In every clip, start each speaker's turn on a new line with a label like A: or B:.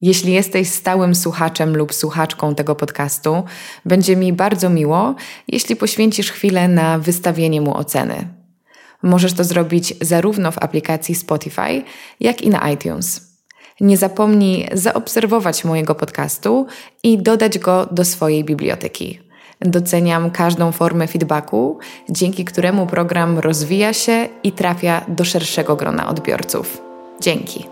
A: Jeśli jesteś stałym słuchaczem lub słuchaczką tego podcastu, będzie mi bardzo miło, jeśli poświęcisz chwilę na wystawienie mu oceny. Możesz to zrobić zarówno w aplikacji Spotify, jak i na iTunes. Nie zapomnij zaobserwować mojego podcastu i dodać go do swojej biblioteki. Doceniam każdą formę feedbacku, dzięki któremu program rozwija się i trafia do szerszego grona odbiorców. Dzięki.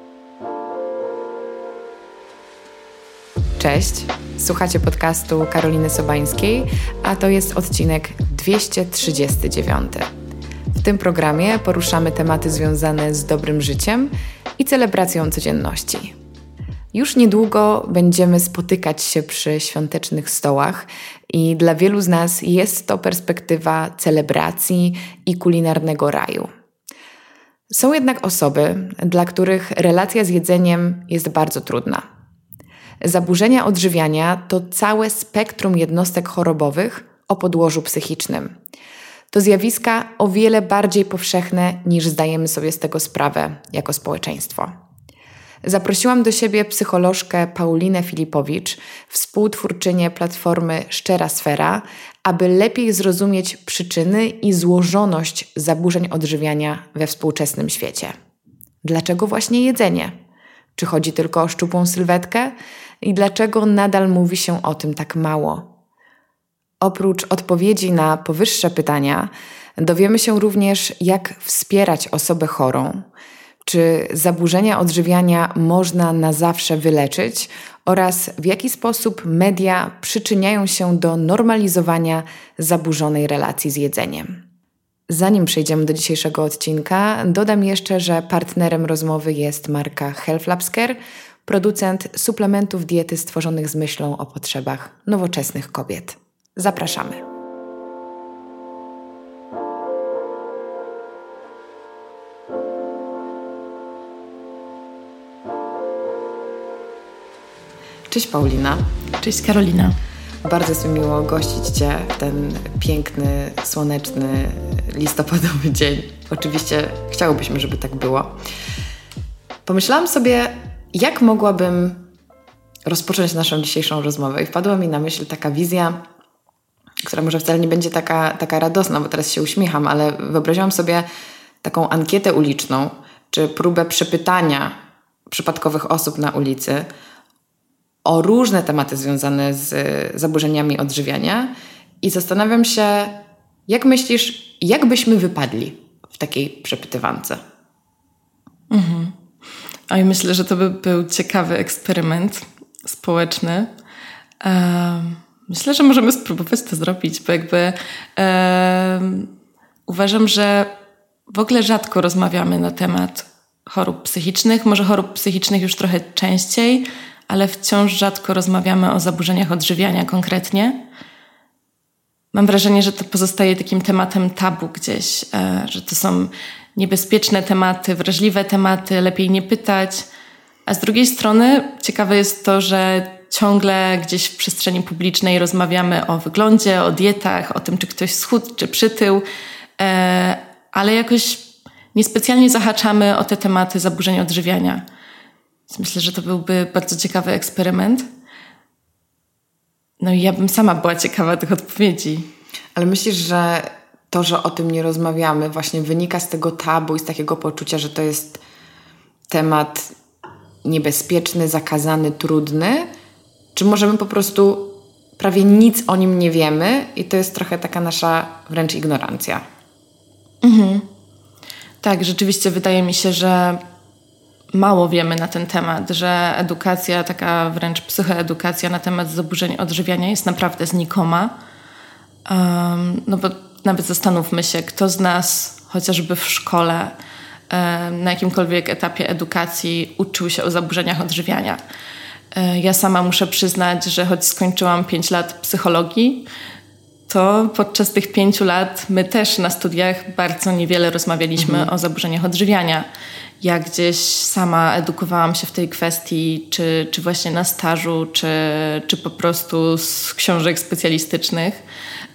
A: Cześć, słuchacie podcastu Karoliny Sobańskiej, a to jest odcinek 239. W tym programie poruszamy tematy związane z dobrym życiem i celebracją codzienności. Już niedługo będziemy spotykać się przy świątecznych stołach i dla wielu z nas jest to perspektywa celebracji i kulinarnego raju. Są jednak osoby, dla których relacja z jedzeniem jest bardzo trudna. Zaburzenia odżywiania to całe spektrum jednostek chorobowych o podłożu psychicznym. To zjawiska o wiele bardziej powszechne niż zdajemy sobie z tego sprawę jako społeczeństwo. Zaprosiłam do siebie psycholożkę Paulinę Filipowicz, współtwórczynię platformy Szczera Sfera, aby lepiej zrozumieć przyczyny i złożoność zaburzeń odżywiania we współczesnym świecie. Dlaczego właśnie jedzenie? Czy chodzi tylko o szczupłą sylwetkę? I dlaczego nadal mówi się o tym tak mało? Oprócz odpowiedzi na powyższe pytania dowiemy się również, jak wspierać osobę chorą, czy zaburzenia odżywiania można na zawsze wyleczyć oraz w jaki sposób media przyczyniają się do normalizowania zaburzonej relacji z jedzeniem. Zanim przejdziemy do dzisiejszego odcinka, dodam jeszcze, że partnerem rozmowy jest marka Health-Labs-Care, producent suplementów diety stworzonych z myślą o potrzebach nowoczesnych kobiet. Zapraszamy. Cześć Paulina.
B: Cześć Karolina.
A: Bardzo jest mi miło gościć Cię w ten piękny, słoneczny, listopadowy dzień. Oczywiście chciałobyśmy, żeby tak było. Pomyślałam sobie, jak mogłabym rozpocząć naszą dzisiejszą rozmowę i wpadła mi na myśl taka wizja, która może wcale nie będzie taka radosna, bo teraz się uśmiecham, ale wyobraziłam sobie taką ankietę uliczną, czy próbę przepytania przypadkowych osób na ulicy o różne tematy związane z zaburzeniami odżywiania i zastanawiam się, jak myślisz, jak byśmy wypadli w takiej przepytywance?
B: Oj, myślę, że to by był ciekawy eksperyment społeczny. Myślę, że możemy spróbować to zrobić, bo uważam, że w ogóle rzadko rozmawiamy na temat chorób psychicznych, może chorób psychicznych już trochę częściej, ale wciąż rzadko rozmawiamy o zaburzeniach odżywiania konkretnie. Mam wrażenie, że to pozostaje takim tematem tabu gdzieś, że to są niebezpieczne tematy, wrażliwe tematy, lepiej nie pytać. A z drugiej strony ciekawe jest to, że ciągle gdzieś w przestrzeni publicznej rozmawiamy o wyglądzie, o dietach, o tym, czy ktoś schudł, czy przytył, ale jakoś niespecjalnie zahaczamy o te tematy zaburzeń odżywiania. Więc myślę, że to byłby bardzo ciekawy eksperyment. No i ja bym sama była ciekawa tych odpowiedzi.
A: Ale myślisz, że to, że o tym nie rozmawiamy, właśnie wynika z tego tabu i z takiego poczucia, że to jest temat niebezpieczny, zakazany, trudny? Czy może my po prostu prawie nic o nim nie wiemy i to jest trochę taka nasza wręcz ignorancja?
B: Tak, rzeczywiście wydaje mi się, że mało wiemy na ten temat, że edukacja, taka wręcz psychoedukacja na temat zaburzeń odżywiania jest naprawdę znikoma. No bo nawet zastanówmy się, kto z nas chociażby w szkole, na jakimkolwiek etapie edukacji uczył się o zaburzeniach odżywiania. Ja sama muszę przyznać, że choć skończyłam 5 lat psychologii, to podczas tych 5 lat my też na studiach bardzo niewiele rozmawialiśmy o zaburzeniach odżywiania. Ja gdzieś sama edukowałam się w tej kwestii, czy właśnie na stażu, czy po prostu z książek specjalistycznych.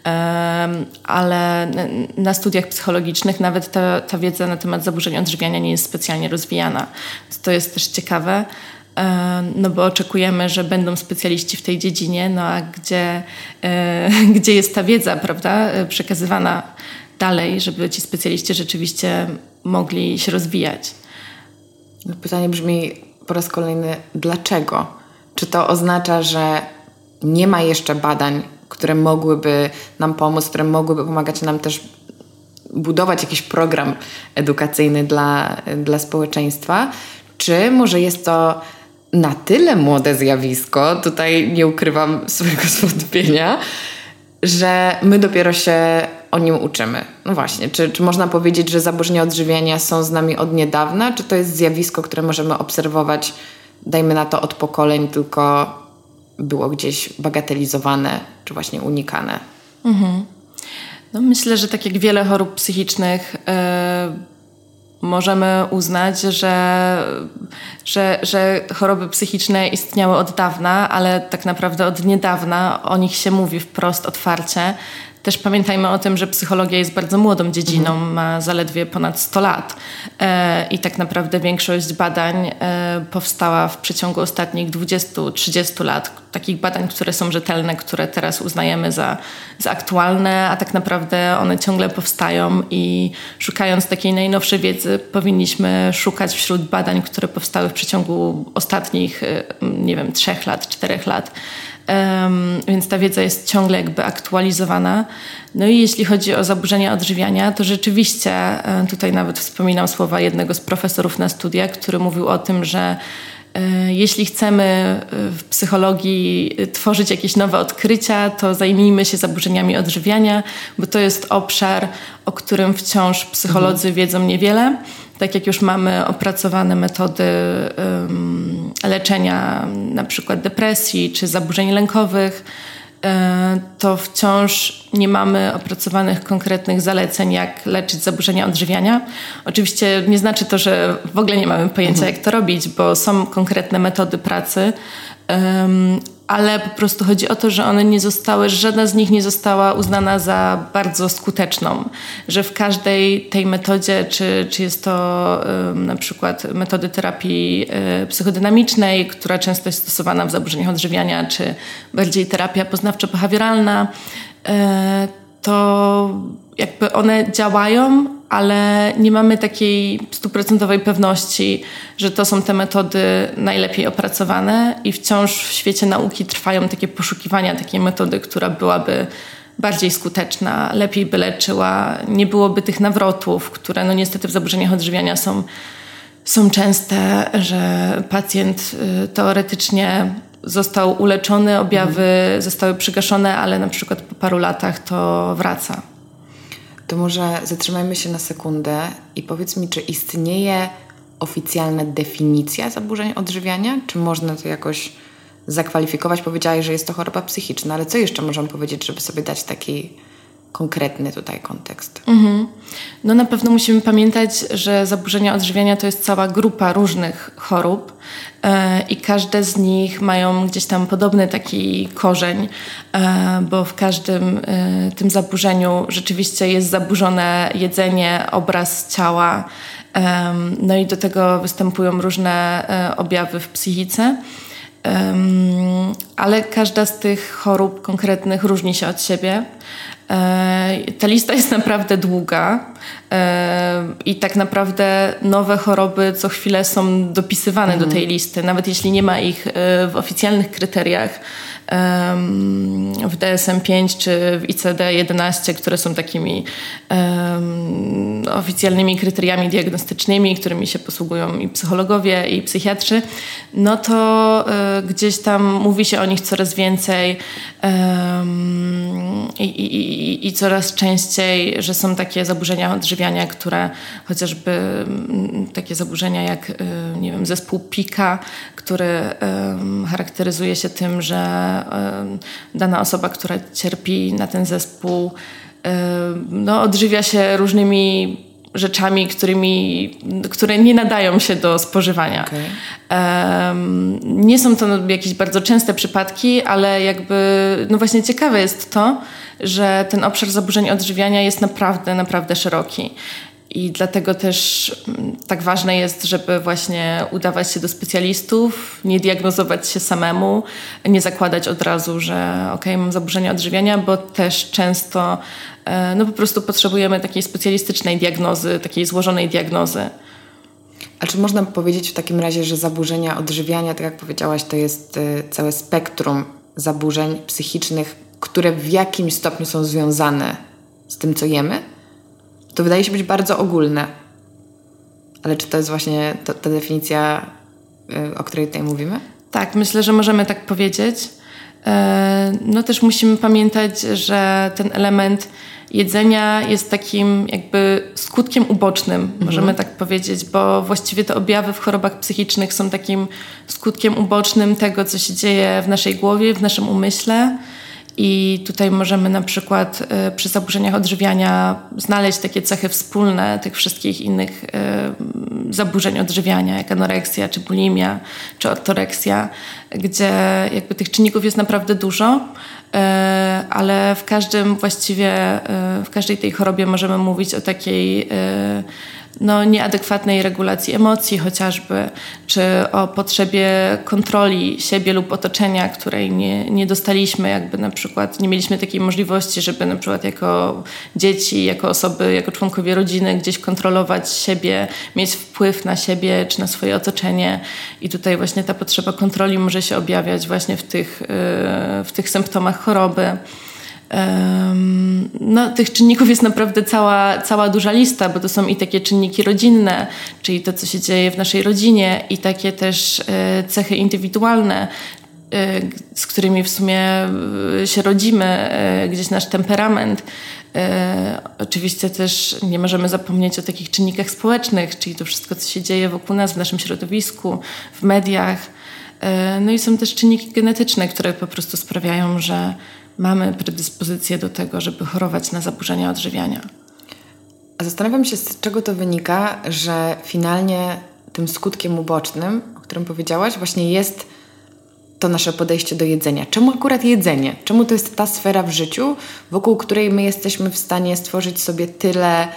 B: Ale na studiach psychologicznych nawet ta wiedza na temat zaburzeń odżywiania nie jest specjalnie rozwijana. To jest też ciekawe. no bo oczekujemy, że będą specjaliści w tej dziedzinie, no a gdzie jest ta wiedza, prawda, przekazywana dalej, żeby ci specjaliści rzeczywiście mogli się rozwijać.
A: Pytanie brzmi po raz kolejny, dlaczego? Czy to oznacza, że nie ma jeszcze badań, które mogłyby nam pomóc, które mogłyby pomagać nam też budować jakiś program edukacyjny dla społeczeństwa? Czy może jest to na tyle młode zjawisko, tutaj nie ukrywam swojego zwątpienia, że my dopiero się o nim uczymy? No właśnie, czy można powiedzieć, że zaburzenia odżywiania są z nami od niedawna, czy to jest zjawisko, które możemy obserwować, dajmy na to, od pokoleń, tylko było gdzieś bagatelizowane, czy właśnie unikane?
B: No myślę, że tak jak wiele chorób psychicznych, możemy uznać, że choroby psychiczne istniały od dawna, ale tak naprawdę od niedawna o nich się mówi wprost, otwarcie. Też pamiętajmy o tym, że psychologia jest bardzo młodą dziedziną, ma zaledwie ponad 100 lat i tak naprawdę większość badań powstała w przeciągu ostatnich 20-30 lat. Takich badań, które są rzetelne, które teraz uznajemy za aktualne, a tak naprawdę one ciągle powstają i szukając takiej najnowszej wiedzy powinniśmy szukać wśród badań, które powstały w przeciągu ostatnich, 3 lat, 4 lat. Więc ta wiedza jest ciągle jakby aktualizowana. No i jeśli chodzi o zaburzenia odżywiania, to rzeczywiście tutaj nawet wspominam słowa jednego z profesorów na studiach, który mówił o tym, że jeśli chcemy w psychologii tworzyć jakieś nowe odkrycia, to zajmijmy się zaburzeniami odżywiania, bo to jest obszar, o którym wciąż psycholodzy wiedzą niewiele. Tak jak już mamy opracowane metody leczenia na przykład depresji czy zaburzeń lękowych, to wciąż nie mamy opracowanych konkretnych zaleceń, jak leczyć zaburzenia odżywiania. Oczywiście nie znaczy to, że w ogóle nie mamy pojęcia, jak to robić, bo są konkretne metody pracy, ale po prostu chodzi o to, że żadna z nich nie została uznana za bardzo skuteczną, że w każdej tej metodzie, czy jest to na przykład metody terapii psychodynamicznej, która często jest stosowana w zaburzeniach odżywiania, czy bardziej terapia poznawczo-behawioralna, to jakby one działają, ale nie mamy takiej 100% pewności, że to są te metody najlepiej opracowane i wciąż w świecie nauki trwają takie poszukiwania takiej metody, która byłaby bardziej skuteczna, lepiej by leczyła, nie byłoby tych nawrotów, które no niestety w zaburzeniach odżywiania są częste, że pacjent teoretycznie został uleczony, objawy zostały przygaszone, ale na przykład po paru latach to wraca.
A: To może zatrzymajmy się na sekundę i powiedz mi, czy istnieje oficjalna definicja zaburzeń odżywiania? Czy można to jakoś zakwalifikować? Powiedziałaś, że jest to choroba psychiczna, ale co jeszcze możemy powiedzieć, żeby sobie dać taki konkretny tutaj kontekst?
B: No na pewno musimy pamiętać, że zaburzenia odżywiania to jest cała grupa różnych chorób i każde z nich mają gdzieś tam podobny taki korzeń, bo w każdym tym zaburzeniu rzeczywiście jest zaburzone jedzenie, obraz ciała, no i do tego występują różne objawy w psychice. Ale każda z tych chorób konkretnych różni się od siebie. Ta lista jest naprawdę długa i tak naprawdę nowe choroby co chwilę są dopisywane do tej listy, nawet jeśli nie ma ich w oficjalnych kryteriach w DSM-5 czy w ICD-11, które są takimi oficjalnymi kryteriami diagnostycznymi, którymi się posługują i psychologowie, i psychiatrzy, no to gdzieś tam mówi się o nich coraz więcej i coraz częściej, że są takie zaburzenia odżywiania, które chociażby takie zaburzenia jak zespół Pika, który charakteryzuje się tym, że dana osoba, która cierpi na ten zespół, odżywia się różnymi rzeczami, które nie nadają się do spożywania. Okay. Nie są to jakieś bardzo częste przypadki, ale właśnie ciekawe jest to, że ten obszar zaburzeń odżywiania jest naprawdę, naprawdę szeroki. I dlatego też tak ważne jest, żeby właśnie udawać się do specjalistów, nie diagnozować się samemu, nie zakładać od razu, że mam zaburzenia odżywiania, bo też często po prostu potrzebujemy takiej specjalistycznej diagnozy, takiej złożonej diagnozy.
A: A czy można powiedzieć w takim razie, że zaburzenia odżywiania, tak jak powiedziałaś, to jest całe spektrum zaburzeń psychicznych, które w jakimś stopniu są związane z tym, co jemy? To wydaje się być bardzo ogólne. Ale czy to jest właśnie ta definicja, o której tutaj mówimy?
B: Tak, myślę, że możemy tak powiedzieć. Też musimy pamiętać, że ten element jedzenia jest takim jakby skutkiem ubocznym, możemy tak powiedzieć, bo właściwie te objawy w chorobach psychicznych są takim skutkiem ubocznym tego, co się dzieje w naszej głowie, w naszym umyśle. I tutaj możemy na przykład przy zaburzeniach odżywiania znaleźć takie cechy wspólne tych wszystkich innych zaburzeń odżywiania, jak anoreksja, czy bulimia, czy ortoreksja, gdzie jakby tych czynników jest naprawdę dużo, ale w każdej tej chorobie możemy mówić o takiej nieadekwatnej regulacji emocji chociażby, czy o potrzebie kontroli siebie lub otoczenia, której nie dostaliśmy, jakby na przykład nie mieliśmy takiej możliwości, żeby na przykład jako dzieci, jako osoby, jako członkowie rodziny gdzieś kontrolować siebie, mieć wpływ na siebie czy na swoje otoczenie. I tutaj właśnie ta potrzeba kontroli może się objawiać właśnie w tych symptomach choroby. Tych czynników jest naprawdę cała duża lista, bo to są i takie czynniki rodzinne, czyli to, co się dzieje w naszej rodzinie, i takie też cechy indywidualne, z którymi w sumie się rodzimy, gdzieś nasz temperament. Oczywiście też nie możemy zapomnieć o takich czynnikach społecznych, czyli to wszystko, co się dzieje wokół nas, w naszym środowisku, w mediach. I są też czynniki genetyczne, które po prostu sprawiają, że mamy predyspozycję do tego, żeby chorować na zaburzenia odżywiania.
A: A zastanawiam się, z czego to wynika, że finalnie tym skutkiem ubocznym, o którym powiedziałaś, właśnie jest to nasze podejście do jedzenia. Czemu akurat jedzenie? Czemu to jest ta sfera w życiu, wokół której my jesteśmy w stanie stworzyć sobie tyle,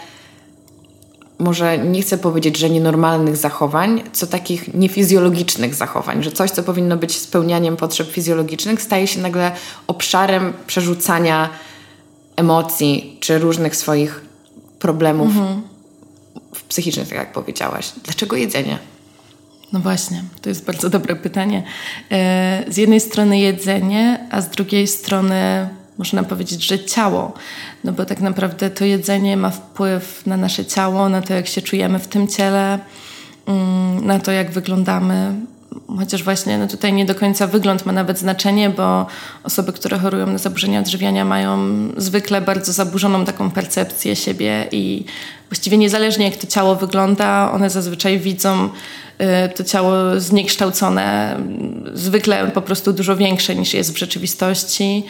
A: może nie chcę powiedzieć, że nienormalnych zachowań, co takich niefizjologicznych zachowań, że coś, co powinno być spełnianiem potrzeb fizjologicznych, staje się nagle obszarem przerzucania emocji czy różnych swoich problemów psychicznych, tak jak powiedziałaś. Dlaczego jedzenie?
B: No właśnie, to jest bardzo dobre pytanie. Z jednej strony jedzenie, a z drugiej strony można powiedzieć, że ciało. No bo tak naprawdę to jedzenie ma wpływ na nasze ciało, na to, jak się czujemy w tym ciele, na to, jak wyglądamy. Chociaż właśnie tutaj nie do końca wygląd ma nawet znaczenie, bo osoby, które chorują na zaburzenia odżywiania, mają zwykle bardzo zaburzoną taką percepcję siebie i właściwie niezależnie jak to ciało wygląda, one zazwyczaj widzą to ciało zniekształcone, zwykle po prostu dużo większe niż jest w rzeczywistości.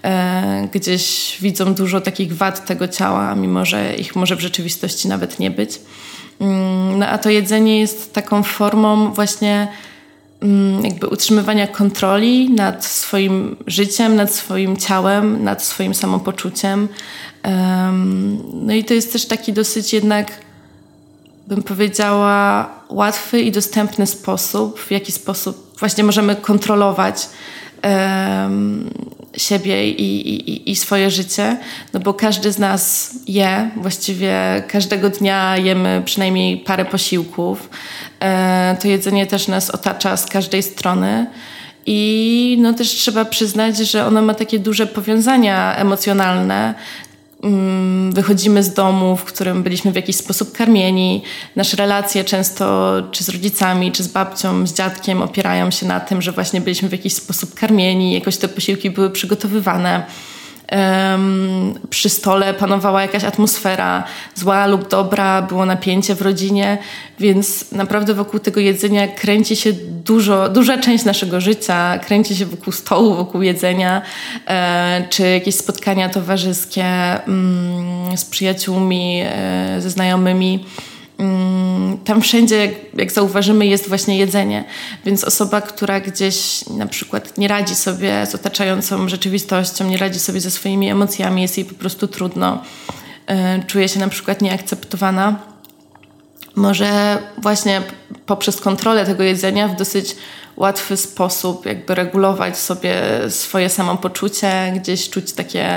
B: Gdzieś widzą dużo takich wad tego ciała, mimo że ich może w rzeczywistości nawet nie być. A to jedzenie jest taką formą właśnie jakby utrzymywania kontroli nad swoim życiem, nad swoim ciałem, nad swoim samopoczuciem. I to jest też taki dosyć jednak, bym powiedziała, łatwy i dostępny sposób, w jaki sposób właśnie możemy kontrolować siebie i swoje życie, no bo każdy z nas je, właściwie każdego dnia jemy przynajmniej parę posiłków. To jedzenie też nas otacza z każdej strony i też trzeba przyznać, że ono ma takie duże powiązania emocjonalne. Wychodzimy z domu, w którym byliśmy w jakiś sposób karmieni. Nasze relacje często czy z rodzicami, czy z babcią, z dziadkiem opierają się na tym, że właśnie byliśmy w jakiś sposób karmieni, jakoś te posiłki były przygotowywane. Przy stole panowała jakaś atmosfera zła lub dobra, było napięcie w rodzinie, więc naprawdę wokół tego jedzenia kręci się duża część naszego życia, kręci się wokół stołu, wokół jedzenia, czy jakieś spotkania towarzyskie z przyjaciółmi, ze znajomymi. Tam wszędzie, jak zauważymy, jest właśnie jedzenie. Więc osoba, która gdzieś na przykład nie radzi sobie z otaczającą rzeczywistością, nie radzi sobie ze swoimi emocjami, jest jej po prostu trudno, czuje się na przykład nieakceptowana, może właśnie poprzez kontrolę tego jedzenia w dosyć łatwy sposób jakby regulować sobie swoje samopoczucie, gdzieś czuć takie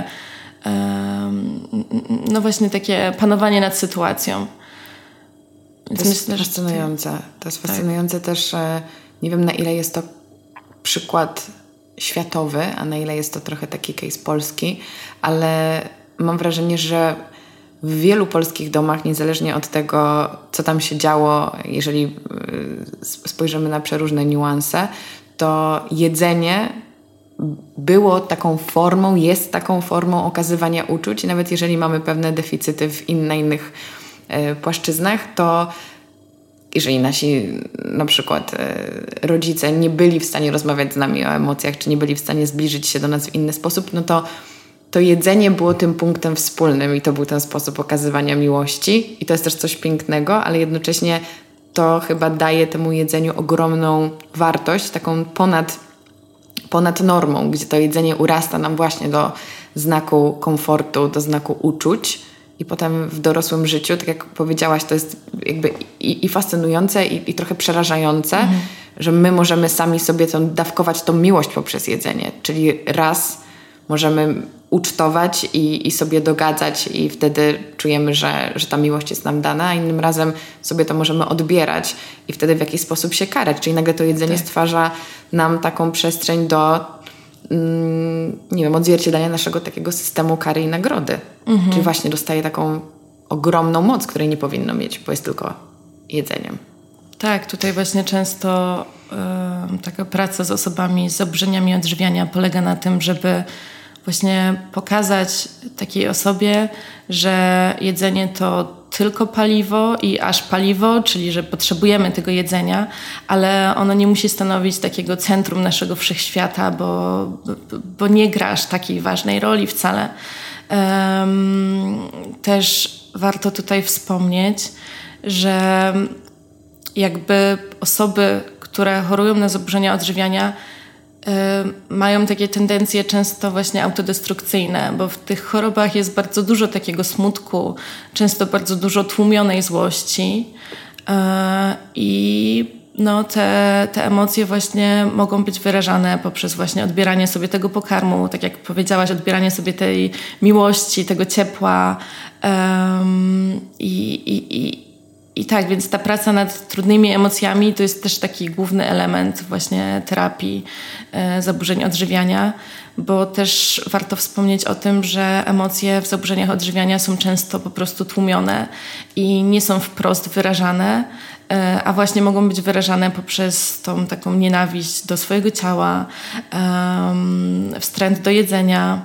B: no właśnie takie panowanie nad sytuacją.
A: Więc to jest fascynujące. To jest fascynujące też, nie wiem na ile jest to przykład światowy, a na ile jest to trochę taki case polski, ale mam wrażenie, że w wielu polskich domach, niezależnie od tego, co tam się działo, jeżeli spojrzymy na przeróżne niuanse, to jedzenie było taką formą, jest taką formą okazywania uczuć i nawet jeżeli mamy pewne deficyty na innych płaszczyznach, to jeżeli nasi na przykład rodzice nie byli w stanie rozmawiać z nami o emocjach, czy nie byli w stanie zbliżyć się do nas w inny sposób, no to jedzenie było tym punktem wspólnym i to był ten sposób okazywania miłości i to jest też coś pięknego, ale jednocześnie to chyba daje temu jedzeniu ogromną wartość, taką ponad normą, gdzie to jedzenie urasta nam właśnie do znaku komfortu, do znaku uczuć i potem w dorosłym życiu, tak jak powiedziałaś, to jest jakby i fascynujące i trochę przerażające, że my możemy sami sobie dawkować tą miłość poprzez jedzenie, czyli raz możemy ucztować i sobie dogadzać i wtedy czujemy, że ta miłość jest nam dana, a innym razem sobie to możemy odbierać i wtedy w jakiś sposób się karać. Czyli nagle to jedzenie stwarza nam taką przestrzeń do nie wiem, odzwierciedlenia naszego takiego systemu kary i nagrody. Czyli właśnie dostaje taką ogromną moc, której nie powinno mieć, bo jest tylko jedzeniem.
B: Tak, tutaj właśnie często taka praca z osobami z zaburzeniami odżywiania polega na tym, żeby właśnie pokazać takiej osobie, że jedzenie to tylko paliwo i aż paliwo, czyli że potrzebujemy tego jedzenia, ale ono nie musi stanowić takiego centrum naszego wszechświata, bo nie gra aż takiej ważnej roli wcale. Też warto tutaj wspomnieć, że jakby osoby, które chorują na zaburzenia odżywiania, mają takie tendencje często właśnie autodestrukcyjne, bo w tych chorobach jest bardzo dużo takiego smutku, często bardzo dużo tłumionej złości i no, te emocje właśnie mogą być wyrażane poprzez właśnie odbieranie sobie tego pokarmu, tak jak powiedziałaś, odbieranie sobie tej miłości, tego ciepła i tak, więc ta praca nad trudnymi emocjami to jest też taki główny element właśnie terapii zaburzeń odżywiania, bo też warto wspomnieć o tym, że emocje w zaburzeniach odżywiania są często po prostu tłumione i nie są wprost wyrażane, a właśnie mogą być wyrażane poprzez tą taką nienawiść do swojego ciała, wstręt do jedzenia.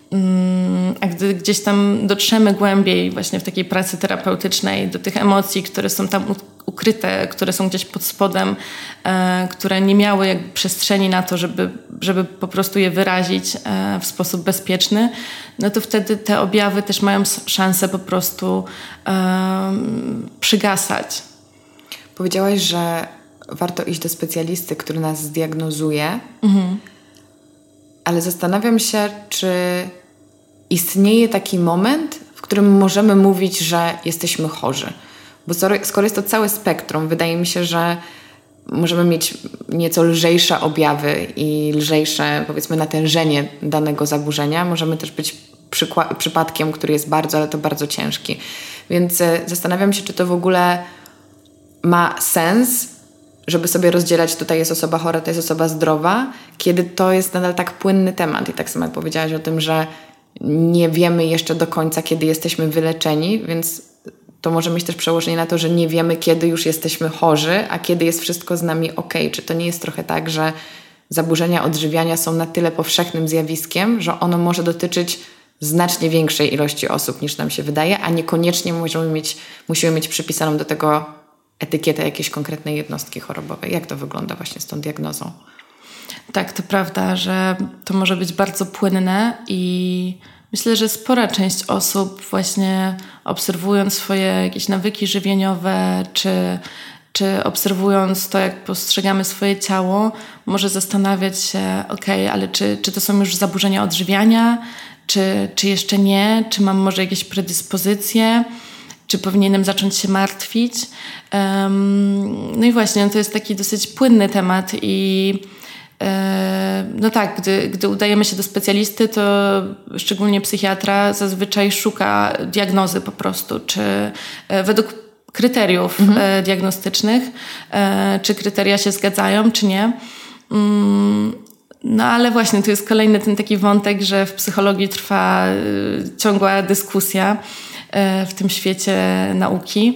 B: A gdy gdzieś tam dotrzemy głębiej właśnie w takiej pracy terapeutycznej do tych emocji, które są tam ukryte, które są gdzieś pod spodem, które nie miały jakby przestrzeni na to, żeby po prostu je wyrazić w sposób bezpieczny, no to wtedy te objawy też mają szansę po prostu przygasać.
A: Powiedziałaś, że warto iść do specjalisty, który nas zdiagnozuje, ale zastanawiam się, czy istnieje taki moment, w którym możemy mówić, że jesteśmy chorzy. Bo skoro jest to całe spektrum, wydaje mi się, że możemy mieć nieco lżejsze objawy i lżejsze, powiedzmy, natężenie danego zaburzenia. Możemy też być przypadkiem, który jest bardzo, ale to bardzo ciężki. Więc zastanawiam się, czy to w ogóle ma sens, żeby sobie rozdzielać, tutaj jest osoba chora, to jest osoba zdrowa, kiedy to jest nadal tak płynny temat. I tak samo jak powiedziałaś o tym, że nie wiemy jeszcze do końca, kiedy jesteśmy wyleczeni, więc to może mieć też przełożenie na to, że nie wiemy, kiedy już jesteśmy chorzy, a kiedy jest wszystko z nami okej. Czy to nie jest trochę tak, że zaburzenia odżywiania są na tyle powszechnym zjawiskiem, że ono może dotyczyć znacznie większej ilości osób, niż nam się wydaje, a niekoniecznie musimy mieć przypisaną do tego etykietę jakiejś konkretnej jednostki chorobowej. Jak to wygląda właśnie z tą diagnozą?
B: Tak, to prawda, że to może być bardzo płynne i myślę, że spora część osób właśnie obserwując swoje jakieś nawyki żywieniowe czy obserwując to, jak postrzegamy swoje ciało, może zastanawiać się, ale czy to są już zaburzenia odżywiania, czy jeszcze nie, czy mam może jakieś predyspozycje. czy powinienem zacząć się martwić. No i właśnie, to jest taki dosyć płynny temat i no tak, gdy udajemy się do specjalisty, to szczególnie psychiatra zazwyczaj szuka diagnozy po prostu, czy według kryteriów diagnostycznych, czy kryteria się zgadzają, czy nie. No ale właśnie, tu jest kolejny ten taki wątek, że w psychologii trwa ciągła dyskusja w tym świecie nauki.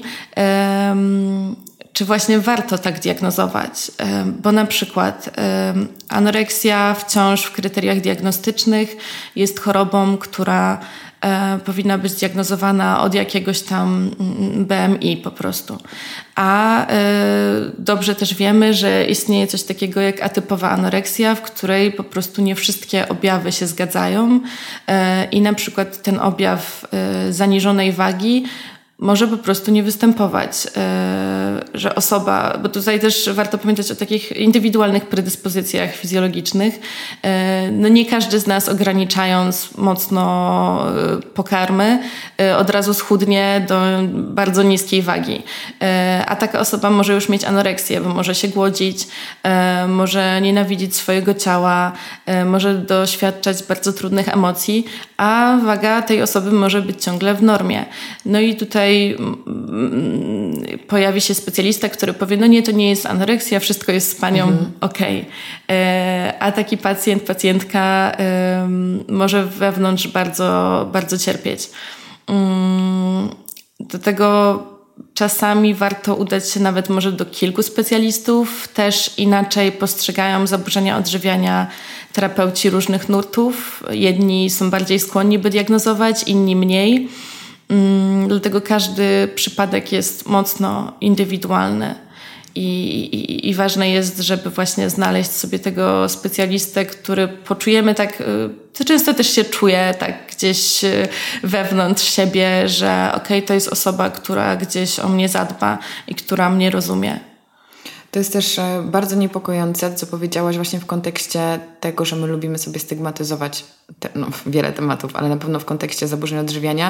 B: Czy właśnie warto tak diagnozować? Bo na przykład anoreksja wciąż w kryteriach diagnostycznych jest chorobą, która powinna być diagnozowana od jakiegoś tam BMI po prostu. A dobrze też wiemy, że istnieje coś takiego jak atypowa anoreksja, w której po prostu nie wszystkie objawy się zgadzają i na przykład ten objaw zaniżonej wagi może po prostu nie występować, że osoba, bo tutaj też warto pamiętać o takich indywidualnych predyspozycjach fizjologicznych. No nie każdy z nas, ograniczając mocno pokarmy, od razu schudnie do bardzo niskiej wagi. A taka osoba może już mieć anoreksję, bo może się głodzić, może nienawidzić swojego ciała, może doświadczać bardzo trudnych emocji, a waga tej osoby może być ciągle w normie. No i tutaj pojawi się specjalista, który powie, no nie, to nie jest anoreksja, wszystko jest z panią okej. A taki pacjent, pacjentka może wewnątrz bardzo, bardzo cierpieć. Do tego czasami warto udać się nawet może do kilku specjalistów. Też inaczej postrzegają zaburzenia odżywiania terapeuci różnych nurtów. Jedni są bardziej skłonni, by diagnozować, inni mniej. Dlatego każdy przypadek jest mocno indywidualny i ważne jest, żeby właśnie znaleźć sobie tego specjalistę, który poczujemy tak, to często też się czuje tak gdzieś wewnątrz siebie, że okej, to jest osoba, która gdzieś o mnie zadba i która mnie rozumie.
A: To jest też bardzo niepokojące, co powiedziałaś właśnie w kontekście tego, że my lubimy sobie stygmatyzować wiele tematów, ale na pewno w kontekście zaburzeń odżywiania.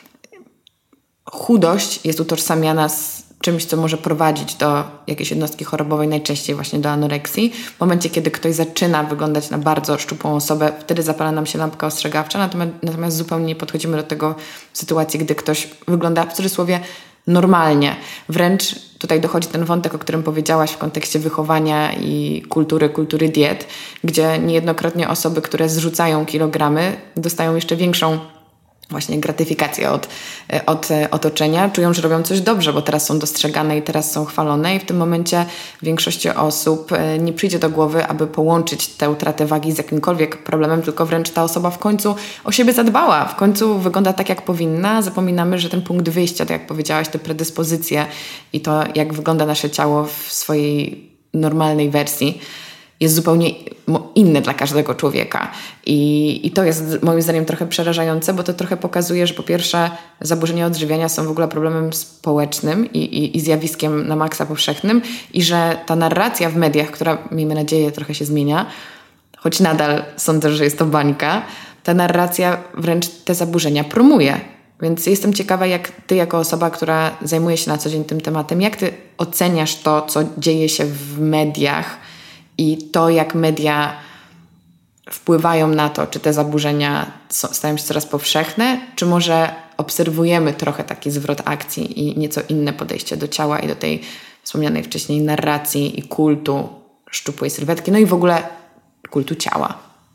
A: Chudość jest utożsamiana z czymś, co może prowadzić do jakiejś jednostki chorobowej, najczęściej właśnie do anoreksji. W momencie, kiedy ktoś zaczyna wyglądać na bardzo szczupłą osobę, wtedy zapala nam się lampka ostrzegawcza, natomiast zupełnie nie podchodzimy do tego w sytuacji, gdy ktoś wygląda w cudzysłowie normalnie. Wręcz tutaj dochodzi ten wątek, o którym powiedziałaś w kontekście wychowania i kultury diet, gdzie niejednokrotnie osoby, które zrzucają kilogramy, dostają jeszcze większą właśnie gratyfikację od otoczenia, czują, że robią coś dobrze, bo teraz są dostrzegane i teraz są chwalone i w tym momencie większości osób nie przyjdzie do głowy, aby połączyć tę utratę wagi z jakimkolwiek problemem, tylko wręcz ta osoba w końcu o siebie zadbała, w końcu wygląda tak, jak powinna. Zapominamy, że ten punkt wyjścia, tak jak powiedziałaś, te predyspozycje i to, jak wygląda nasze ciało w swojej normalnej wersji, jest zupełnie inny dla każdego człowieka. I to jest moim zdaniem trochę przerażające, bo to trochę pokazuje, że po pierwsze zaburzenia odżywiania są w ogóle problemem społecznym i zjawiskiem na maksa powszechnym i że ta narracja w mediach, która miejmy nadzieję trochę się zmienia, choć nadal sądzę, że jest to bańka, ta narracja wręcz te zaburzenia promuje. Więc jestem ciekawa, jak ty jako osoba, która zajmuje się na co dzień tym tematem, jak ty oceniasz to, co dzieje się w mediach i to, jak media wpływają na to, czy te zaburzenia stają się coraz powszechne, czy może obserwujemy trochę taki zwrot akcji i nieco inne podejście do ciała i do tej wspomnianej wcześniej narracji i kultu szczupłej sylwetki, no i w ogóle kultu ciała.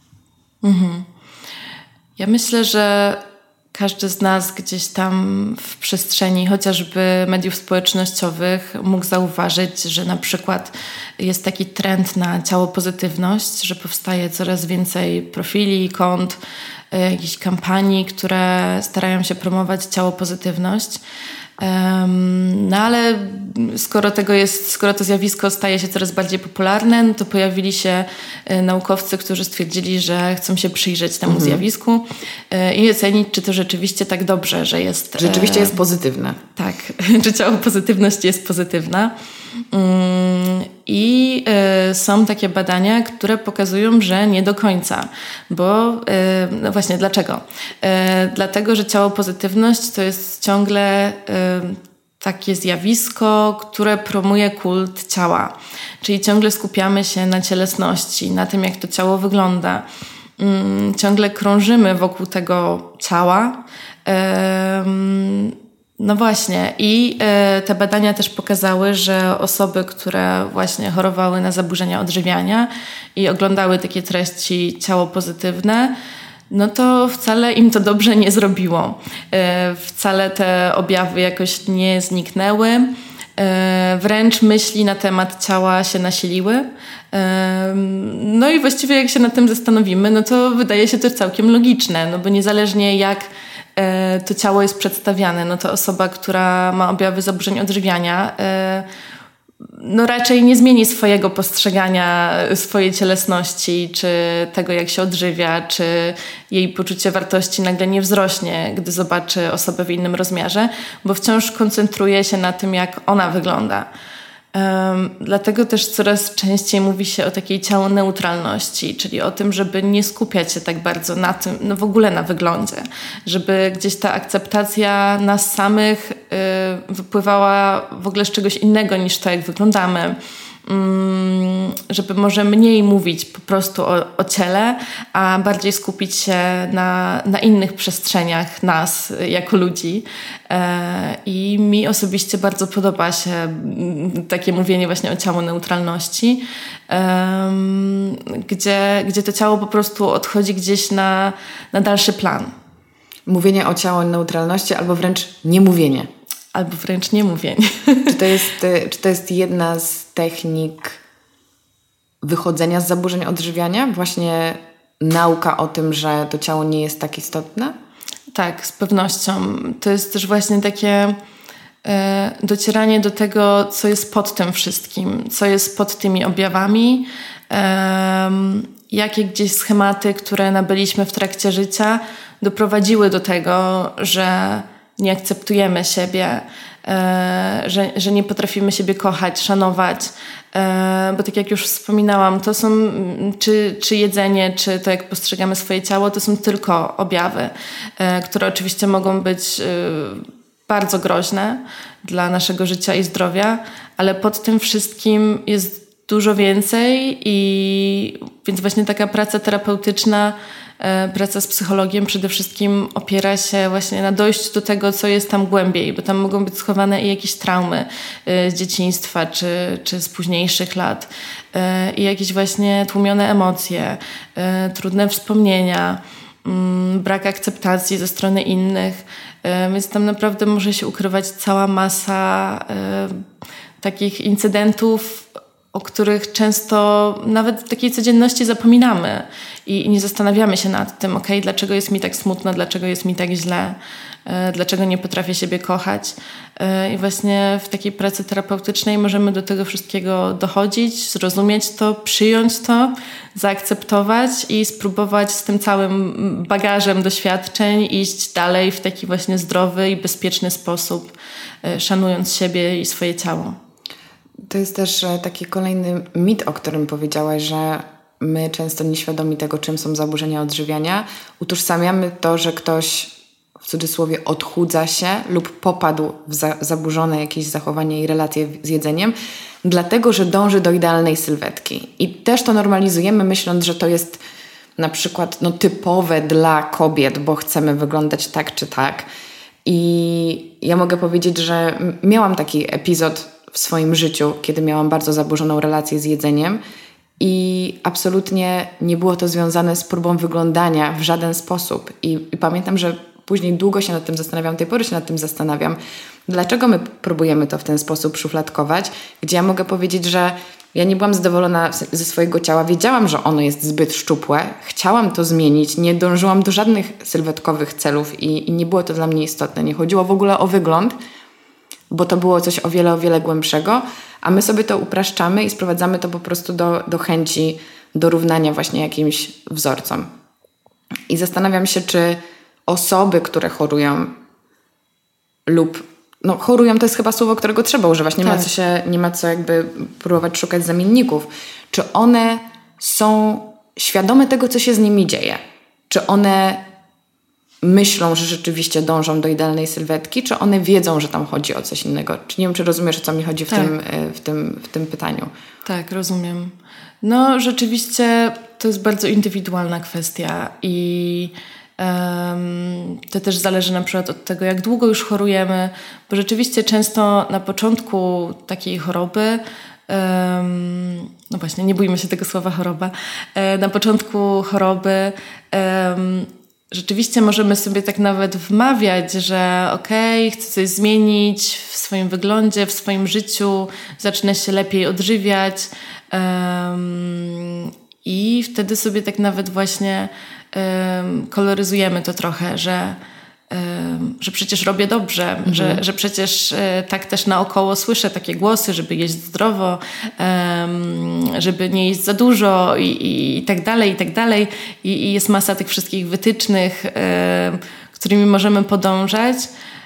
B: Ja myślę, że każdy z nas gdzieś tam w przestrzeni chociażby mediów społecznościowych mógł zauważyć, że na przykład jest taki trend na ciało pozytywność, że powstaje coraz więcej profili, kont, jakichś kampanii, które starają się promować ciało pozytywność. No ale skoro to zjawisko staje się coraz bardziej popularne, no to pojawili się naukowcy, którzy stwierdzili, że chcą się przyjrzeć temu zjawisku i ocenić, czy to rzeczywiście tak dobrze, że jest...
A: Rzeczywiście jest pozytywne.
B: Tak, że ciało pozytywność jest pozytywna. I są takie badania, które pokazują, że nie do końca. Bo no właśnie dlaczego? Dlatego, że ciało pozytywność to jest ciągle takie zjawisko, które promuje kult ciała. Czyli ciągle skupiamy się na cielesności, na tym, jak to ciało wygląda. Ciągle krążymy wokół tego ciała. No właśnie i te badania też pokazały, że osoby, które właśnie chorowały na zaburzenia odżywiania i oglądały takie treści ciało pozytywne, no to wcale im to dobrze nie zrobiło. Wcale te objawy jakoś nie zniknęły. Wręcz myśli na temat ciała się nasiliły. No i właściwie jak się nad tym zastanowimy, no to wydaje się to całkiem logiczne, no bo niezależnie jak to ciało jest przedstawiane, no to osoba, która ma objawy zaburzeń odżywiania, no raczej nie zmieni swojego postrzegania swojej cielesności, czy tego, jak się odżywia, czy jej poczucie wartości nagle nie wzrośnie, gdy zobaczy osobę w innym rozmiarze, bo wciąż koncentruje się na tym, jak ona wygląda. Dlatego też coraz częściej mówi się o takiej ciałoneutralności, czyli o tym, żeby nie skupiać się tak bardzo na tym, no w ogóle na wyglądzie, żeby gdzieś ta akceptacja nas samych wypływała w ogóle z czegoś innego niż to, jak wyglądamy. Żeby może mniej mówić po prostu o ciele, a bardziej skupić się na innych przestrzeniach nas jako ludzi. I mi osobiście bardzo podoba się takie mówienie właśnie o ciałoneutralności, gdzie to ciało po prostu odchodzi gdzieś na dalszy plan.
A: Mówienie o ciałoneutralności albo wręcz niemówienie.
B: Albo wręcz niemówienie.
A: Czy to jest jedna z technik wychodzenia z zaburzeń odżywiania? Właśnie nauka o tym, że to ciało nie jest tak istotne?
B: Tak, z pewnością. To jest też właśnie takie docieranie do tego, co jest pod tym wszystkim, co jest pod tymi objawami, jakie gdzieś schematy, które nabyliśmy w trakcie życia, doprowadziły do tego, że nie akceptujemy siebie, że nie potrafimy siebie kochać, szanować, bo tak jak już wspominałam, to są czy jedzenie, czy to jak postrzegamy swoje ciało, to są tylko objawy, które oczywiście mogą być bardzo groźne dla naszego życia i zdrowia, ale pod tym wszystkim jest dużo więcej i więc właśnie taka praca terapeutyczna, praca z psychologiem przede wszystkim opiera się właśnie na dojściu do tego, co jest tam głębiej, bo tam mogą być schowane i jakieś traumy z dzieciństwa czy z późniejszych lat i jakieś właśnie tłumione emocje, trudne wspomnienia, brak akceptacji ze strony innych, więc tam naprawdę może się ukrywać cała masa takich incydentów, o których często nawet w takiej codzienności zapominamy i nie zastanawiamy się nad tym, dlaczego jest mi tak smutno, dlaczego jest mi tak źle, dlaczego nie potrafię siebie kochać. I właśnie w takiej pracy terapeutycznej możemy do tego wszystkiego dochodzić, zrozumieć to, przyjąć to, zaakceptować i spróbować z tym całym bagażem doświadczeń iść dalej w taki właśnie zdrowy i bezpieczny sposób, szanując siebie i swoje ciało.
A: To jest też taki kolejny mit, o którym powiedziałaś, że my często nieświadomi tego, czym są zaburzenia odżywiania, utożsamiamy to, że ktoś w cudzysłowie odchudza się lub popadł w zaburzone jakieś zachowanie i relacje z jedzeniem, dlatego, że dąży do idealnej sylwetki. I też to normalizujemy, myśląc, że to jest na przykład typowe dla kobiet, bo chcemy wyglądać tak czy tak. I ja mogę powiedzieć, że miałam taki epizod w swoim życiu, kiedy miałam bardzo zaburzoną relację z jedzeniem i absolutnie nie było to związane z próbą wyglądania w żaden sposób. I pamiętam, że później długo się nad tym zastanawiam, tej pory się nad tym zastanawiam, dlaczego my próbujemy to w ten sposób szufladkować, gdzie ja mogę powiedzieć, że ja nie byłam zadowolona ze swojego ciała, wiedziałam, że ono jest zbyt szczupłe, chciałam to zmienić, nie dążyłam do żadnych sylwetkowych celów i nie było to dla mnie istotne, nie chodziło w ogóle o wygląd, bo to było coś o wiele głębszego, a my sobie to upraszczamy i sprowadzamy to po prostu do chęci dorównania właśnie jakimś wzorcom. I zastanawiam się, czy osoby, które chorują lub chorują to jest chyba słowo, którego trzeba używać. Nie ma co jakby próbować szukać zamienników. Czy one są świadome tego, co się z nimi dzieje? Czy one myślą, że rzeczywiście dążą do idealnej sylwetki, czy one wiedzą, że tam chodzi o coś innego? Czy nie wiem, czy rozumiesz, o co mi chodzi w tym pytaniu?
B: Tak, rozumiem. No rzeczywiście to jest bardzo indywidualna kwestia i to też zależy na przykład od tego, jak długo już chorujemy, bo rzeczywiście często na początku takiej choroby, no właśnie, nie bójmy się tego słowa choroba, na początku choroby rzeczywiście możemy sobie tak nawet wmawiać, że chcę coś zmienić w swoim wyglądzie, w swoim życiu, zacznę się lepiej odżywiać i wtedy sobie tak nawet właśnie koloryzujemy to trochę, że przecież robię dobrze, że przecież tak też naokoło słyszę takie głosy, żeby jeść zdrowo, żeby nie jeść za dużo i tak dalej, i tak dalej. I jest masa tych wszystkich wytycznych, którymi możemy podążać.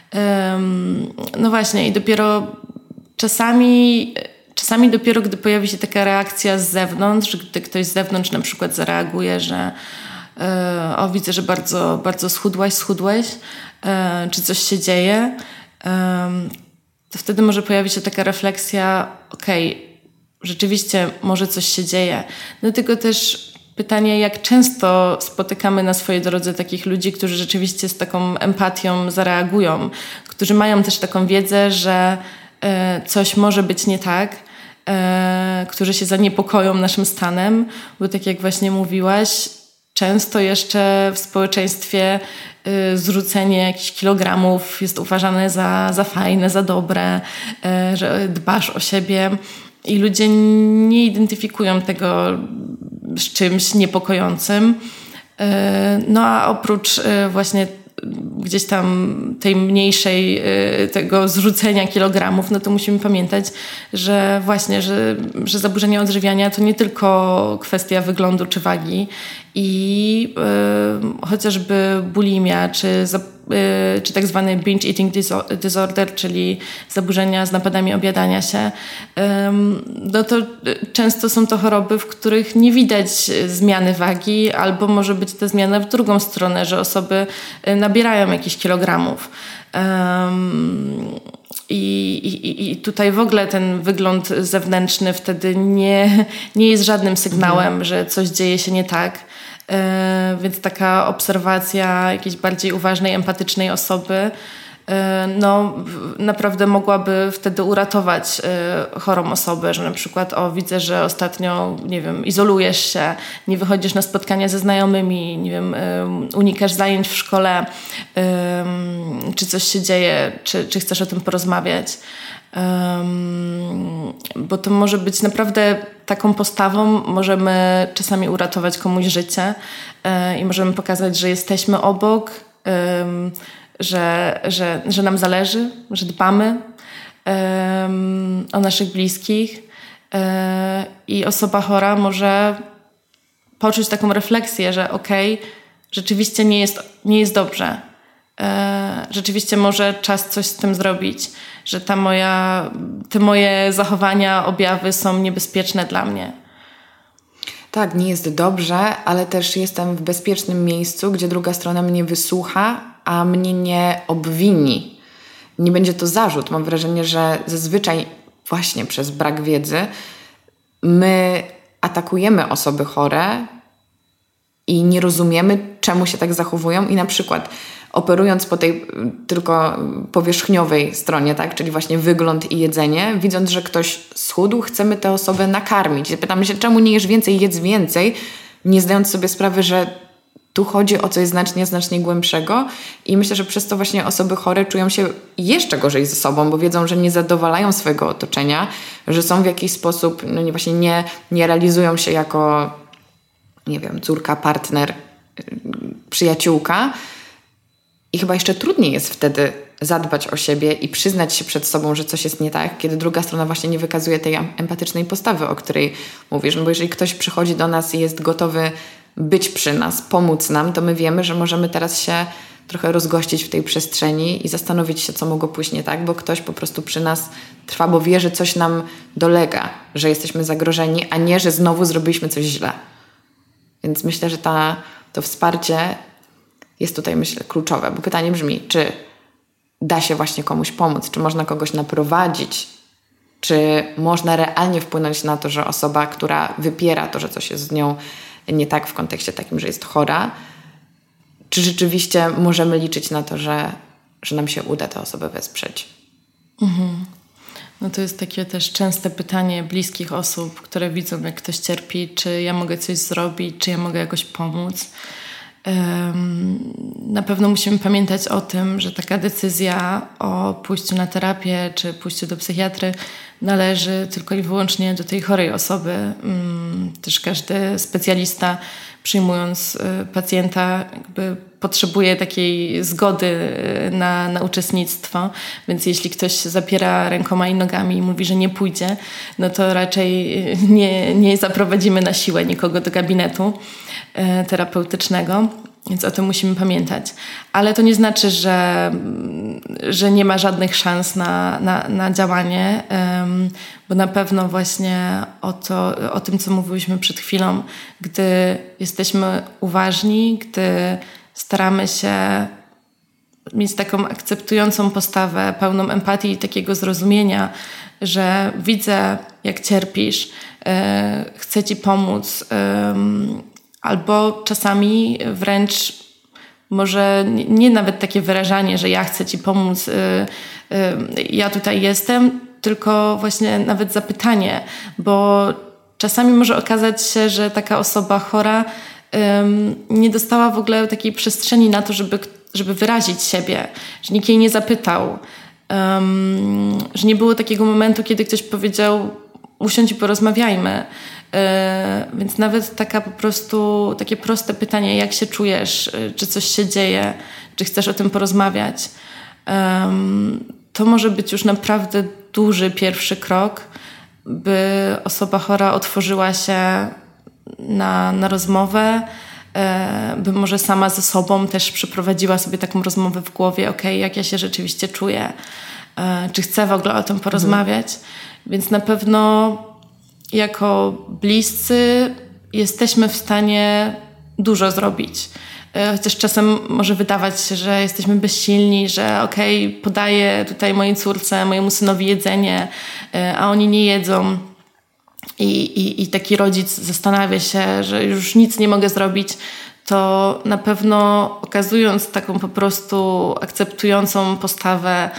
B: No właśnie i dopiero czasami dopiero gdy pojawi się taka reakcja z zewnątrz, gdy ktoś z zewnątrz na przykład zareaguje, że widzę, że bardzo, bardzo schudłeś, czy coś się dzieje, to wtedy może pojawić się taka refleksja, rzeczywiście może coś się dzieje. No tylko też pytanie, jak często spotykamy na swojej drodze takich ludzi, którzy rzeczywiście z taką empatią zareagują, którzy mają też taką wiedzę, że coś może być nie tak, którzy się zaniepokoją naszym stanem, bo tak jak właśnie mówiłaś, często jeszcze w społeczeństwie zrzucenie jakichś kilogramów jest uważane za fajne, za dobre, że dbasz o siebie i ludzie nie identyfikują tego z czymś niepokojącym. No a oprócz właśnie gdzieś tam tej mniejszej, tego zrzucenia kilogramów, no to musimy pamiętać, że właśnie, że zaburzenia odżywiania to nie tylko kwestia wyglądu czy wagi i chociażby bulimia czy tak zwany binge eating disorder, czyli zaburzenia z napadami objadania się, no to często są to choroby, w których nie widać zmiany wagi, albo może być ta zmiana w drugą stronę, że osoby nabierają jakichś kilogramów. I tutaj w ogóle ten wygląd zewnętrzny wtedy nie jest żadnym sygnałem, że coś dzieje się nie tak. Więc taka obserwacja jakiejś bardziej uważnej, empatycznej osoby no naprawdę mogłaby wtedy uratować chorą osobę, że na przykład widzę, że ostatnio, nie wiem, izolujesz się, nie wychodzisz na spotkania ze znajomymi, nie wiem, unikasz zajęć w szkole, czy coś się dzieje, czy chcesz o tym porozmawiać. Bo to może być naprawdę taką postawą, możemy czasami uratować komuś życie i możemy pokazać, że jesteśmy obok, że nam zależy, że dbamy o naszych bliskich i osoba chora może poczuć taką refleksję, że rzeczywiście nie jest dobrze. Rzeczywiście może czas coś z tym zrobić, że te moje zachowania, objawy są niebezpieczne dla mnie.
A: Tak, nie jest dobrze, ale też jestem w bezpiecznym miejscu, gdzie druga strona mnie wysłucha, a mnie nie obwini. Nie będzie to zarzut. Mam wrażenie, że zazwyczaj właśnie przez brak wiedzy my atakujemy osoby chore i nie rozumiemy, czemu się tak zachowują i na przykład operując po tej tylko powierzchniowej stronie, tak, czyli właśnie wygląd i jedzenie, widząc, że ktoś schudł, chcemy tę osobę nakarmić. Pytamy się, czemu nie jesz więcej, jedz więcej, nie zdając sobie sprawy, że tu chodzi o coś znacznie głębszego i myślę, że przez to właśnie osoby chore czują się jeszcze gorzej ze sobą, bo wiedzą, że nie zadowalają swojego otoczenia, że są w jakiś sposób, nie realizują się jako, nie wiem, córka, partner, przyjaciółka. I chyba jeszcze trudniej jest wtedy zadbać o siebie i przyznać się przed sobą, że coś jest nie tak, kiedy druga strona właśnie nie wykazuje tej empatycznej postawy, o której mówisz. No bo jeżeli ktoś przychodzi do nas i jest gotowy być przy nas, pomóc nam, to my wiemy, że możemy teraz się trochę rozgościć w tej przestrzeni i zastanowić się, co mogło pójść nie tak, bo ktoś po prostu przy nas trwa, bo wie, że coś nam dolega, że jesteśmy zagrożeni, a nie, że znowu zrobiliśmy coś źle. Więc myślę, że to wsparcie jest tutaj, myślę, kluczowe, bo pytanie brzmi, czy da się właśnie komuś pomóc, czy można kogoś naprowadzić, czy można realnie wpłynąć na to, że osoba, która wypiera to, że coś jest z nią nie tak w kontekście takim, że jest chora, czy rzeczywiście możemy liczyć na to, że nam się uda tę osobę wesprzeć?
B: No to jest takie też częste pytanie bliskich osób, które widzą, jak ktoś cierpi, czy ja mogę coś zrobić, czy ja mogę jakoś pomóc. Na pewno musimy pamiętać o tym, że taka decyzja o pójściu na terapię czy pójściu do psychiatry należy tylko i wyłącznie do tej chorej osoby. Też każdy specjalista, przyjmując pacjenta, jakby potrzebuje takiej zgody na uczestnictwo, więc jeśli ktoś zapiera rękoma i nogami i mówi, że nie pójdzie, no to raczej nie zaprowadzimy na siłę nikogo do gabinetu terapeutycznego, więc o tym musimy pamiętać. Ale to nie znaczy, że nie ma żadnych szans na działanie, bo na pewno właśnie o tym, co mówiliśmy przed chwilą, gdy jesteśmy uważni, gdy staramy się mieć taką akceptującą postawę, pełną empatii i takiego zrozumienia, że widzę, jak cierpisz, chcę ci pomóc, albo czasami wręcz może nie nawet takie wyrażanie, że ja chcę ci pomóc, ja tutaj jestem, tylko właśnie nawet zapytanie, bo czasami może okazać się, że taka osoba chora nie dostała w ogóle takiej przestrzeni na to, żeby wyrazić siebie, że nikt jej nie zapytał, że nie było takiego momentu, kiedy ktoś powiedział: usiądź i porozmawiajmy. Więc nawet taka po prostu takie proste pytanie, jak się czujesz, czy coś się dzieje, czy chcesz o tym porozmawiać, to może być już naprawdę duży pierwszy krok, by osoba chora otworzyła się na rozmowę, by może sama ze sobą też przeprowadziła sobie taką rozmowę w głowie, jak ja się rzeczywiście czuję, czy chcę w ogóle o tym porozmawiać. Więc na pewno jako bliscy jesteśmy w stanie dużo zrobić. Chociaż czasem może wydawać się, że jesteśmy bezsilni, że podaję tutaj mojej córce, mojemu synowi jedzenie, a oni nie jedzą. I taki rodzic zastanawia się, że już nic nie mogę zrobić, to na pewno okazując taką po prostu akceptującą postawę,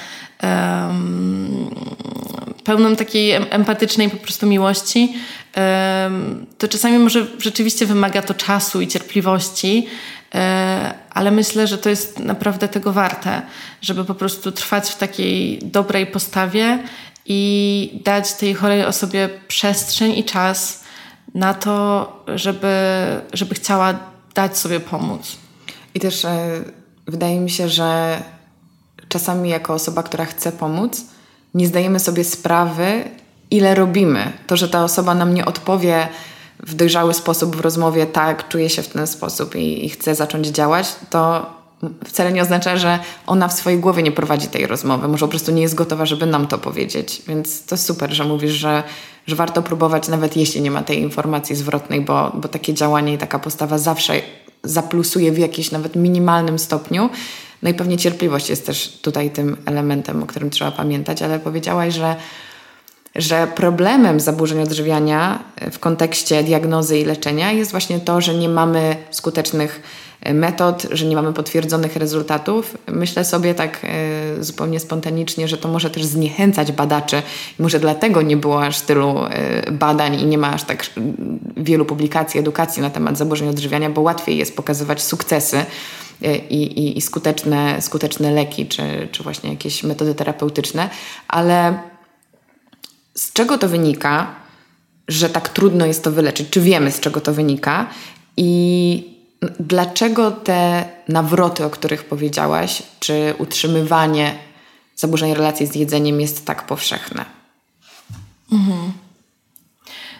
B: pełną takiej empatycznej po prostu miłości, to czasami może rzeczywiście wymaga to czasu i cierpliwości, ale myślę, że to jest naprawdę tego warte, żeby po prostu trwać w takiej dobrej postawie i dać tej chorej osobie przestrzeń i czas na to, żeby chciała dać sobie pomóc.
A: I też wydaje mi się, że czasami jako osoba, która chce pomóc, nie zdajemy sobie sprawy, ile robimy. To, że ta osoba nam nie odpowie w dojrzały sposób w rozmowie, tak, czuję się w ten sposób i chcę zacząć działać, to wcale nie oznacza, że ona w swojej głowie nie prowadzi tej rozmowy. Może po prostu nie jest gotowa, żeby nam to powiedzieć. Więc to super, że mówisz, że warto próbować, nawet jeśli nie ma tej informacji zwrotnej, bo takie działanie i taka postawa zawsze zaplusuje w jakimś nawet minimalnym stopniu. No i pewnie cierpliwość jest też tutaj tym elementem, o którym trzeba pamiętać, ale powiedziałaś, że problemem zaburzeń odżywiania w kontekście diagnozy i leczenia jest właśnie to, że nie mamy skutecznych metod, że nie mamy potwierdzonych rezultatów. Myślę sobie tak zupełnie spontanicznie, że to może też zniechęcać badaczy. Może dlatego nie było aż tylu badań i nie ma aż tak wielu publikacji, edukacji na temat zaburzeń odżywiania, bo łatwiej jest pokazywać sukcesy i skuteczne leki, czy właśnie jakieś metody terapeutyczne. Ale z czego to wynika, że tak trudno jest to wyleczyć? Czy wiemy, z czego to wynika? I dlaczego te nawroty, o których powiedziałaś, czy utrzymywanie zaburzeń relacji z jedzeniem jest tak powszechne?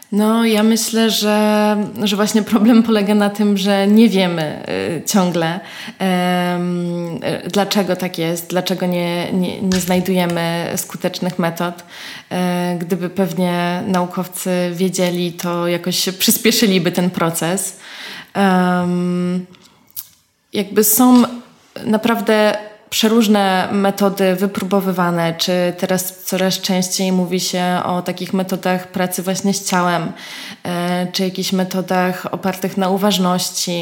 B: No, ja myślę, że właśnie problem polega na tym, że nie wiemy ciągle, dlaczego tak jest, dlaczego nie znajdujemy skutecznych metod. Gdyby pewnie naukowcy wiedzieli, to jakoś przyspieszyliby ten proces. Jakby są naprawdę przeróżne metody wypróbowywane, czy teraz coraz częściej mówi się o takich metodach pracy właśnie z ciałem, czy jakichś metodach opartych na uważności.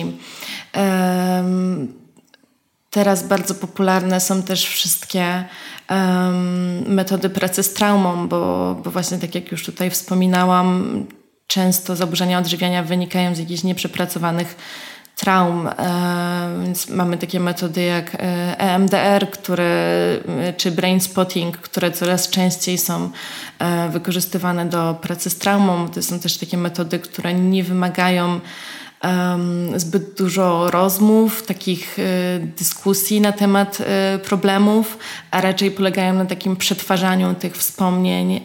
B: Teraz bardzo popularne są też wszystkie metody pracy z traumą, bo właśnie tak jak już tutaj wspominałam, często zaburzenia odżywiania wynikają z jakichś nieprzepracowanych traum, więc mamy takie metody jak EMDR, czy brain spotting, które coraz częściej są wykorzystywane do pracy z traumą. To są też takie metody, które nie wymagają zbyt dużo rozmów, takich dyskusji na temat problemów, a raczej polegają na takim przetwarzaniu tych wspomnień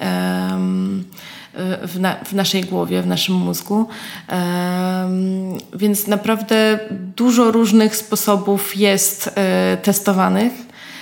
B: w naszej głowie, w naszym mózgu. Więc naprawdę dużo różnych sposobów jest testowanych.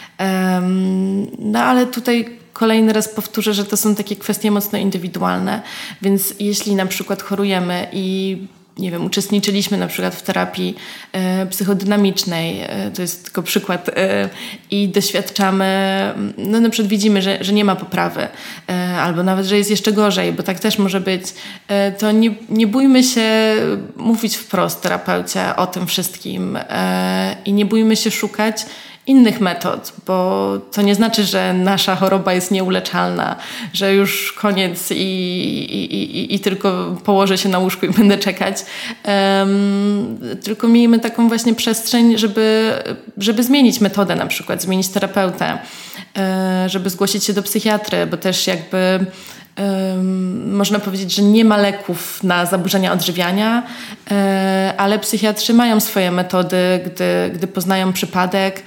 B: No ale tutaj kolejny raz powtórzę, że to są takie kwestie mocno indywidualne. Więc jeśli na przykład chorujemy i nie wiem, uczestniczyliśmy na przykład w terapii psychodynamicznej, to jest tylko przykład, i doświadczamy, no na przykład widzimy, że nie ma poprawy, albo nawet, że jest jeszcze gorzej, bo tak też może być, to nie bójmy się mówić wprost terapeucie o tym wszystkim i nie bójmy się szukać innych metod, bo to nie znaczy, że nasza choroba jest nieuleczalna, że już koniec i tylko położę się na łóżku i będę czekać. Tylko miejmy taką właśnie przestrzeń, żeby zmienić metodę, na przykład zmienić terapeutę, żeby zgłosić się do psychiatry, bo też jakby można powiedzieć, że nie ma leków na zaburzenia odżywiania, ale psychiatrzy mają swoje metody, gdy poznają przypadek,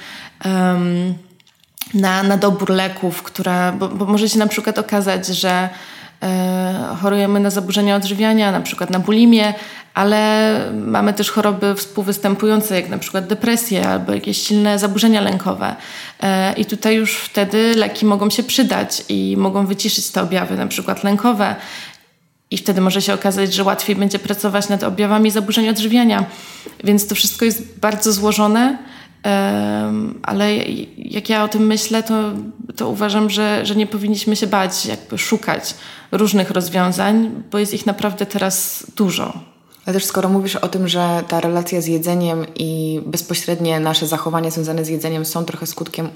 B: na dobór leków, bo może się na przykład okazać, że chorujemy na zaburzenia odżywiania, na przykład na bulimię, ale mamy też choroby współwystępujące, jak na przykład depresję albo jakieś silne zaburzenia lękowe. I tutaj już wtedy leki mogą się przydać i mogą wyciszyć te objawy, na przykład lękowe. I wtedy może się okazać, że łatwiej będzie pracować nad objawami zaburzeń odżywiania. Więc to wszystko jest bardzo złożone, ale jak ja o tym myślę, to uważam, że nie powinniśmy się bać jakby szukać różnych rozwiązań, bo jest ich naprawdę teraz dużo.
A: Ale też skoro mówisz o tym, że ta relacja z jedzeniem i bezpośrednie nasze zachowania związane z jedzeniem są trochę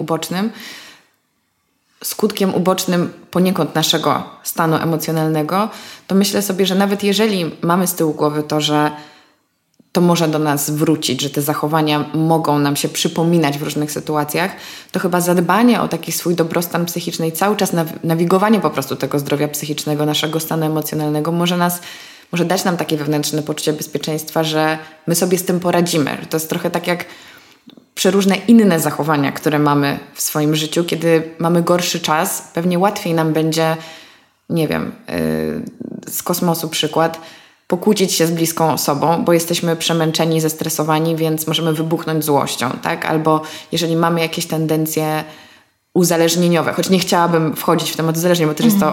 A: skutkiem ubocznym poniekąd naszego stanu emocjonalnego, to myślę sobie, że nawet jeżeli mamy z tyłu głowy to, że to może do nas wrócić, że te zachowania mogą nam się przypominać w różnych sytuacjach, to chyba zadbanie o taki swój dobrostan psychiczny i cały czas nawigowanie po prostu tego zdrowia psychicznego, naszego stanu emocjonalnego może dać nam takie wewnętrzne poczucie bezpieczeństwa, że my sobie z tym poradzimy. Że to jest trochę tak jak przeróżne inne zachowania, które mamy w swoim życiu. Kiedy mamy gorszy czas, pewnie łatwiej nam będzie, nie wiem, z kosmosu przykład, pokłócić się z bliską osobą, bo jesteśmy przemęczeni, zestresowani, więc możemy wybuchnąć złością, tak? Albo jeżeli mamy jakieś tendencje uzależnieniowe, choć nie chciałabym wchodzić w temat uzależnień, bo też jest to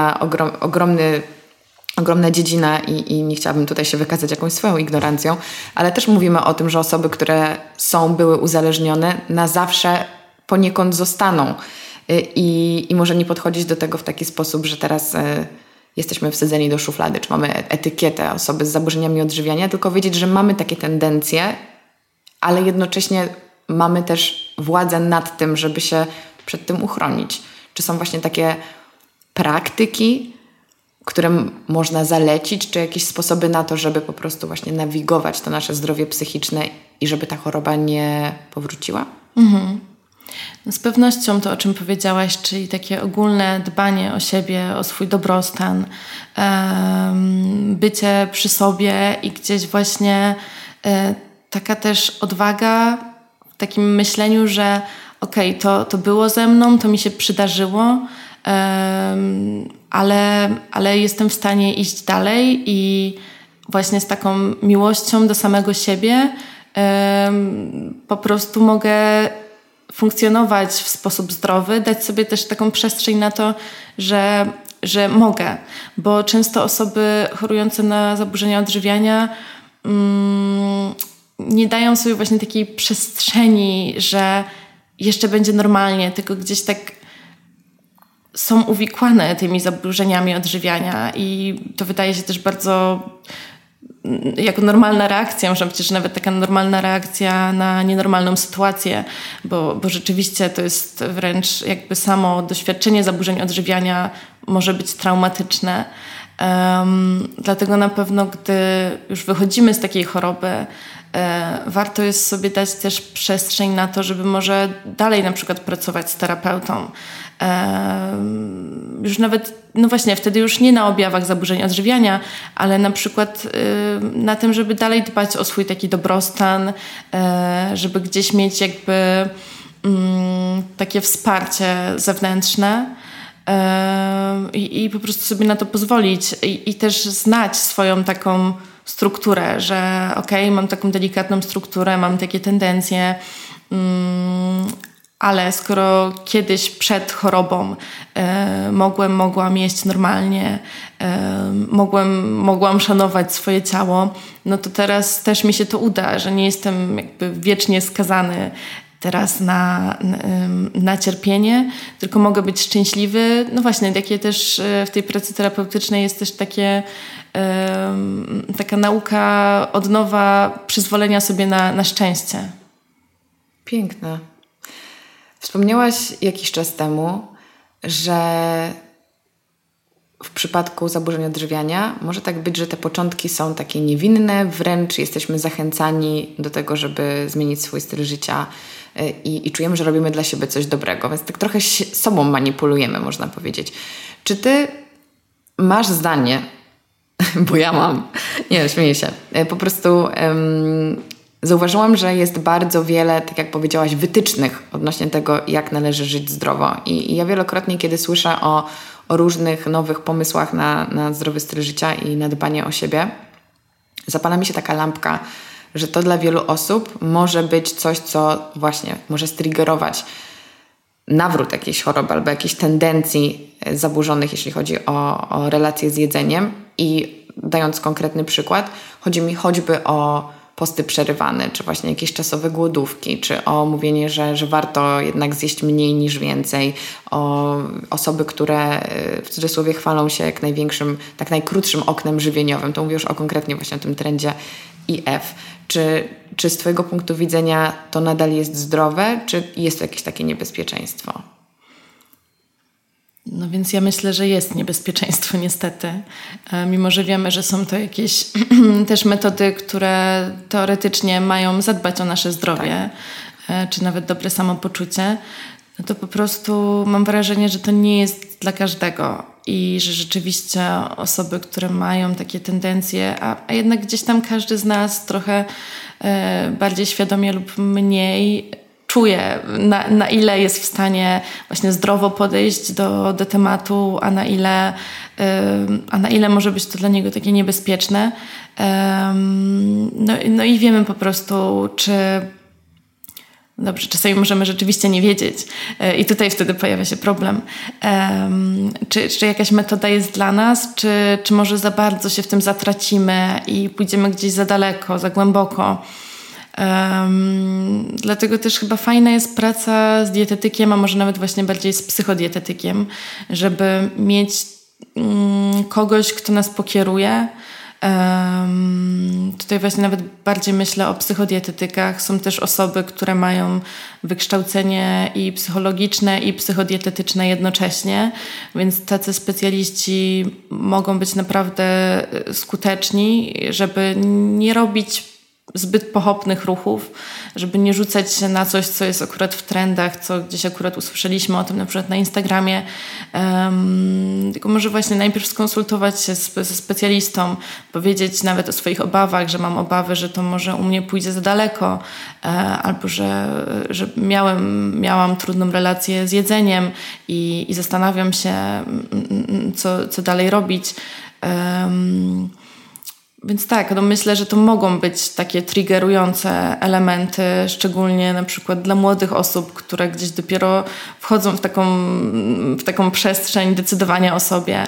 A: ogromna dziedzina i nie chciałabym tutaj się wykazać jakąś swoją ignorancją, ale też mówimy o tym, że osoby, które były uzależnione, na zawsze poniekąd zostaną i może nie podchodzić do tego w taki sposób, że teraz jesteśmy wsadzeni do szuflady, czy mamy etykietę osoby z zaburzeniami odżywiania, tylko wiedzieć, że mamy takie tendencje, ale jednocześnie mamy też władzę nad tym, żeby się przed tym uchronić. Czy są właśnie takie praktyki, które można zalecić, czy jakieś sposoby na to, żeby po prostu właśnie nawigować to nasze zdrowie psychiczne i żeby ta choroba nie powróciła?
B: Mhm. No z pewnością to, o czym powiedziałaś, czyli takie ogólne dbanie o siebie, o swój dobrostan, bycie przy sobie i gdzieś właśnie taka też odwaga w takim myśleniu, że okej, to było ze mną, to mi się przydarzyło, ale jestem w stanie iść dalej i właśnie z taką miłością do samego siebie po prostu mogę funkcjonować w sposób zdrowy, dać sobie też taką przestrzeń na to, że mogę. Bo często osoby chorujące na zaburzenia odżywiania nie dają sobie właśnie takiej przestrzeni, że jeszcze będzie normalnie, tylko gdzieś tak są uwikłane tymi zaburzeniami odżywiania i to wydaje się też bardzo jako normalna reakcja, może przecież nawet taka normalna reakcja na nienormalną sytuację, bo rzeczywiście to jest wręcz jakby samo doświadczenie zaburzeń odżywiania może być traumatyczne. Dlatego na pewno, gdy już wychodzimy z takiej choroby, warto jest sobie dać też przestrzeń na to, żeby może dalej na przykład pracować z terapeutą. Już nawet, no właśnie, wtedy już nie na objawach zaburzeń odżywiania, ale na przykład na tym, żeby dalej dbać o swój taki dobrostan, żeby gdzieś mieć jakby takie wsparcie zewnętrzne. I po prostu sobie na to pozwolić i też znać swoją taką strukturę, że okej, mam taką delikatną strukturę, mam takie tendencje, ale skoro kiedyś przed chorobą mogłam jeść normalnie, mogłam szanować swoje ciało, no to teraz też mi się to uda, że nie jestem jakby wiecznie skazany teraz na cierpienie, tylko mogę być szczęśliwy. No właśnie, takie też w tej pracy terapeutycznej jest też taka nauka od nowa przyzwolenia sobie na szczęście.
A: Piękne. Wspomniałaś jakiś czas temu, że w przypadku zaburzeń odżywiania może tak być, że te początki są takie niewinne, wręcz jesteśmy zachęcani do tego, żeby zmienić swój styl życia i czujemy, że robimy dla siebie coś dobrego, więc tak trochę sobą manipulujemy, można powiedzieć. Czy ty masz zdanie, bo ja mam, nie, śmieję się, po prostu zauważyłam, że jest bardzo wiele, tak jak powiedziałaś, wytycznych odnośnie tego, jak należy żyć zdrowo i ja wielokrotnie, kiedy słyszę o różnych nowych pomysłach na zdrowy styl życia i na dbanie o siebie, zapala mi się taka lampka, że to dla wielu osób może być coś, co właśnie może striggerować nawrót jakiejś choroby albo jakichś tendencji zaburzonych, jeśli chodzi o relacje z jedzeniem. I dając konkretny przykład, chodzi mi choćby o posty przerywane, czy właśnie jakieś czasowe głodówki, czy o mówienie, że warto jednak zjeść mniej niż więcej, o osoby, które w cudzysłowie chwalą się jak największym, tak najkrótszym oknem żywieniowym. To mówię już konkretnie właśnie o tym trendzie IF. Czy z twojego punktu widzenia to nadal jest zdrowe, czy jest to jakieś takie niebezpieczeństwo?
B: No więc ja myślę, że jest niebezpieczeństwo niestety, mimo że wiemy, że są to jakieś też metody, które teoretycznie mają zadbać o nasze zdrowie, tak, czy nawet dobre samopoczucie, no to po prostu mam wrażenie, że to nie jest dla każdego i że rzeczywiście osoby, które mają takie tendencje, a jednak gdzieś tam każdy z nas trochę bardziej świadomie lub mniej czuje, na ile jest w stanie właśnie zdrowo podejść do tematu, a na ile może być to dla niego takie niebezpieczne. No i wiemy po prostu, czy dobrze, czasami możemy rzeczywiście nie wiedzieć i tutaj wtedy pojawia się problem. Czy jakaś metoda jest dla nas, czy może za bardzo się w tym zatracimy i pójdziemy gdzieś za daleko, za głęboko. Dlatego też chyba fajna jest praca z dietetykiem, a może nawet właśnie bardziej z psychodietetykiem, żeby mieć kogoś, kto nas pokieruje. Tutaj właśnie nawet bardziej myślę o psychodietetykach. Są też osoby, które mają wykształcenie i psychologiczne, i psychodietetyczne jednocześnie, więc tacy specjaliści mogą być naprawdę skuteczni, żeby nie robić zbyt pochopnych ruchów, żeby nie rzucać się na coś, co jest akurat w trendach, co gdzieś akurat usłyszeliśmy o tym na przykład na Instagramie. Tylko może właśnie najpierw skonsultować się ze specjalistą, powiedzieć nawet o swoich obawach, że mam obawy, że to może u mnie pójdzie za daleko, albo że miałam trudną relację z jedzeniem i zastanawiam się, co dalej robić. Więc tak, no myślę, że to mogą być takie triggerujące elementy, szczególnie na przykład dla młodych osób, które gdzieś dopiero wchodzą w taką przestrzeń decydowania o sobie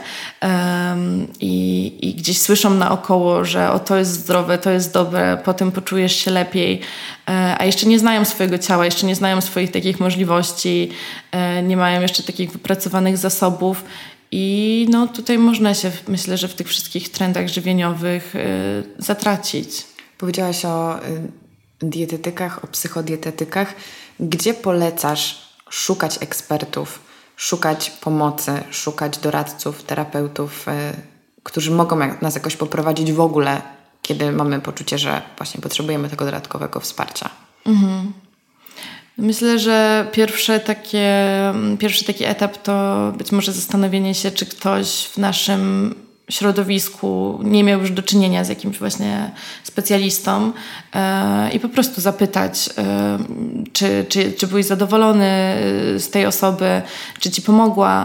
B: i gdzieś słyszą naokoło, że to jest zdrowe, to jest dobre, po tym poczujesz się lepiej, a jeszcze nie znają swojego ciała, jeszcze nie znają swoich takich możliwości, nie mają jeszcze takich wypracowanych zasobów. I no tutaj można się, myślę, że w tych wszystkich trendach żywieniowych zatracić.
A: Powiedziałaś o dietetykach, o psychodietetykach. Gdzie polecasz szukać ekspertów, szukać pomocy, szukać doradców, terapeutów, którzy mogą nas jakoś poprowadzić w ogóle, kiedy mamy poczucie, że właśnie potrzebujemy tego dodatkowego wsparcia? Mhm.
B: Myślę, że pierwszy taki etap to być może zastanowienie się, czy ktoś w naszym środowisku nie miał już do czynienia z jakimś właśnie specjalistą i po prostu zapytać, czy byłeś zadowolony z tej osoby, czy ci pomogła.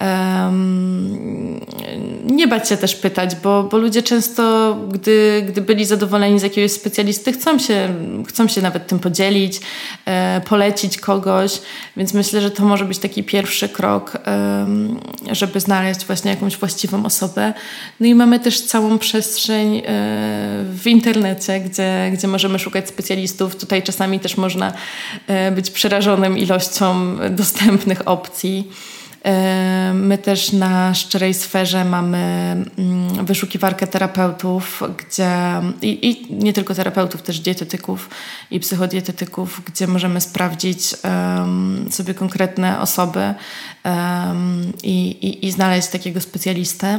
B: Nie bać się też pytać, bo ludzie często, gdy byli zadowoleni z jakiegoś specjalisty, chcą się nawet tym podzielić, polecić kogoś, więc myślę, że to może być taki pierwszy krok, żeby znaleźć właśnie jakąś właściwą osobę. No i mamy też całą przestrzeń w internecie, gdzie możemy szukać specjalistów. Tutaj czasami też można być przerażonym ilością dostępnych opcji. My też na Szczerej Sferze mamy wyszukiwarkę terapeutów, i nie tylko terapeutów, też dietetyków i psychodietetyków, gdzie możemy sprawdzić sobie konkretne osoby i znaleźć takiego specjalistę.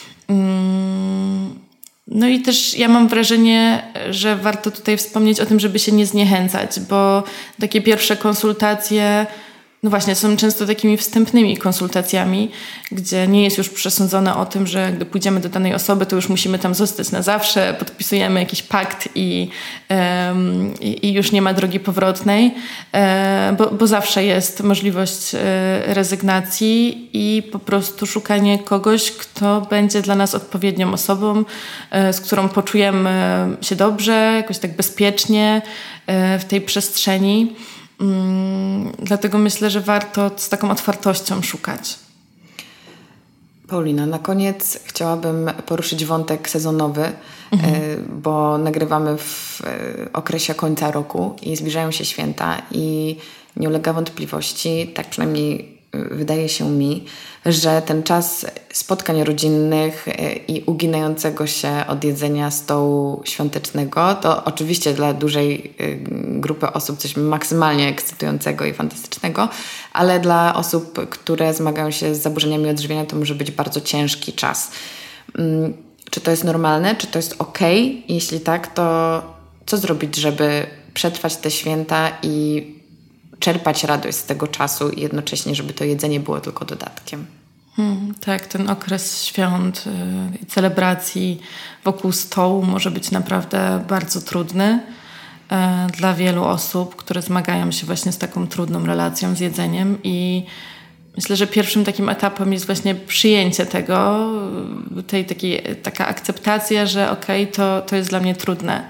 B: No i też ja mam wrażenie, że warto tutaj wspomnieć o tym, żeby się nie zniechęcać, bo takie pierwsze konsultacje no właśnie, są często takimi wstępnymi konsultacjami, gdzie nie jest już przesądzone o tym, że gdy pójdziemy do danej osoby, to już musimy tam zostać na zawsze, podpisujemy jakiś pakt i już nie ma drogi powrotnej, bo zawsze jest możliwość rezygnacji i po prostu szukanie kogoś, kto będzie dla nas odpowiednią osobą, z którą poczujemy się dobrze, jakoś tak bezpiecznie w tej przestrzeni. Dlatego myślę, że warto z taką otwartością szukać.
A: Paulina, na koniec chciałabym poruszyć wątek sezonowy, bo nagrywamy w okresie końca roku i zbliżają się święta i nie ulega wątpliwości, tak przynajmniej wydaje się mi, że ten czas spotkań rodzinnych i uginającego się od jedzenia stołu świątecznego to oczywiście dla dużej grupy osób coś maksymalnie ekscytującego i fantastycznego, ale dla osób, które zmagają się z zaburzeniami odżywiania, to może być bardzo ciężki czas. Czy to jest normalne? Czy to jest okej? Jeśli tak, to co zrobić, żeby przetrwać te święta i czerpać radość z tego czasu i jednocześnie, żeby to jedzenie było tylko dodatkiem?
B: Tak, ten okres świąt i celebracji wokół stołu może być naprawdę bardzo trudny dla wielu osób, które zmagają się właśnie z taką trudną relacją z jedzeniem i myślę, że pierwszym takim etapem jest właśnie przyjęcie tego, taka akceptacja, że okej, to jest dla mnie trudne.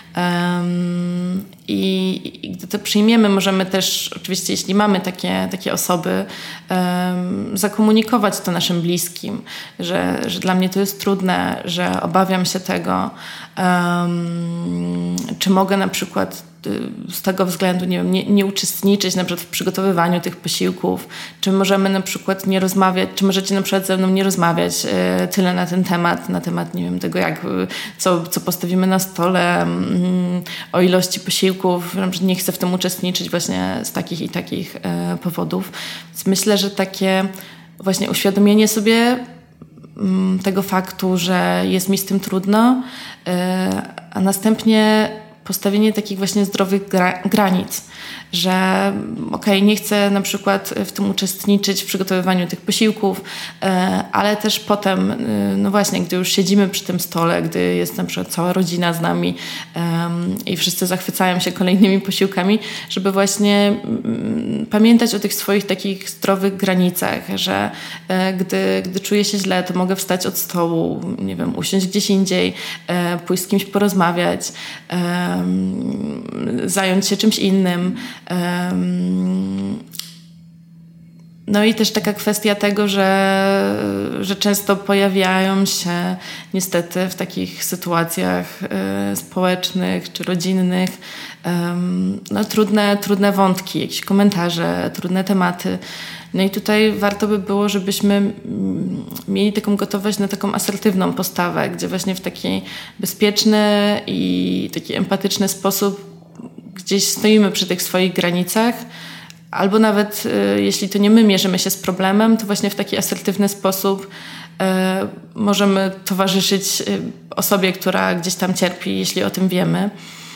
B: I gdy to przyjmiemy, możemy też, oczywiście jeśli mamy takie osoby, zakomunikować to naszym bliskim, że dla mnie to jest trudne, że obawiam się tego, czy mogę na przykład z tego względu nie uczestniczyć na przykład w przygotowywaniu tych posiłków, czy możemy na przykład nie rozmawiać, czy możecie na przykład ze mną nie rozmawiać tyle na ten temat, nie wiem, tego co postawimy na stole, o ilości posiłków, że nie chcę w tym uczestniczyć właśnie z takich i takich powodów. Więc myślę, że takie właśnie uświadomienie sobie tego faktu, że jest mi z tym trudno, a następnie postawienie takich właśnie zdrowych granic, że nie chcę na przykład w tym uczestniczyć, w przygotowywaniu tych posiłków, ale też potem, no właśnie, gdy już siedzimy przy tym stole, gdy jest na przykład cała rodzina z nami i wszyscy zachwycają się kolejnymi posiłkami, żeby właśnie pamiętać o tych swoich takich zdrowych granicach, że gdy czuję się źle, to mogę wstać od stołu, nie wiem, usiąść gdzieś indziej, pójść z kimś porozmawiać, zająć się czymś innym. No i też taka kwestia tego, że często pojawiają się niestety w takich sytuacjach społecznych czy rodzinnych trudne wątki, jakieś komentarze, trudne tematy. No i tutaj warto by było, żebyśmy mieli taką gotowość na taką asertywną postawę, gdzie właśnie w taki bezpieczny i taki empatyczny sposób gdzieś stoimy przy tych swoich granicach, albo nawet jeśli to nie my mierzymy się z problemem, to właśnie w taki asertywny sposób możemy towarzyszyć osobie, która gdzieś tam cierpi, jeśli o tym wiemy.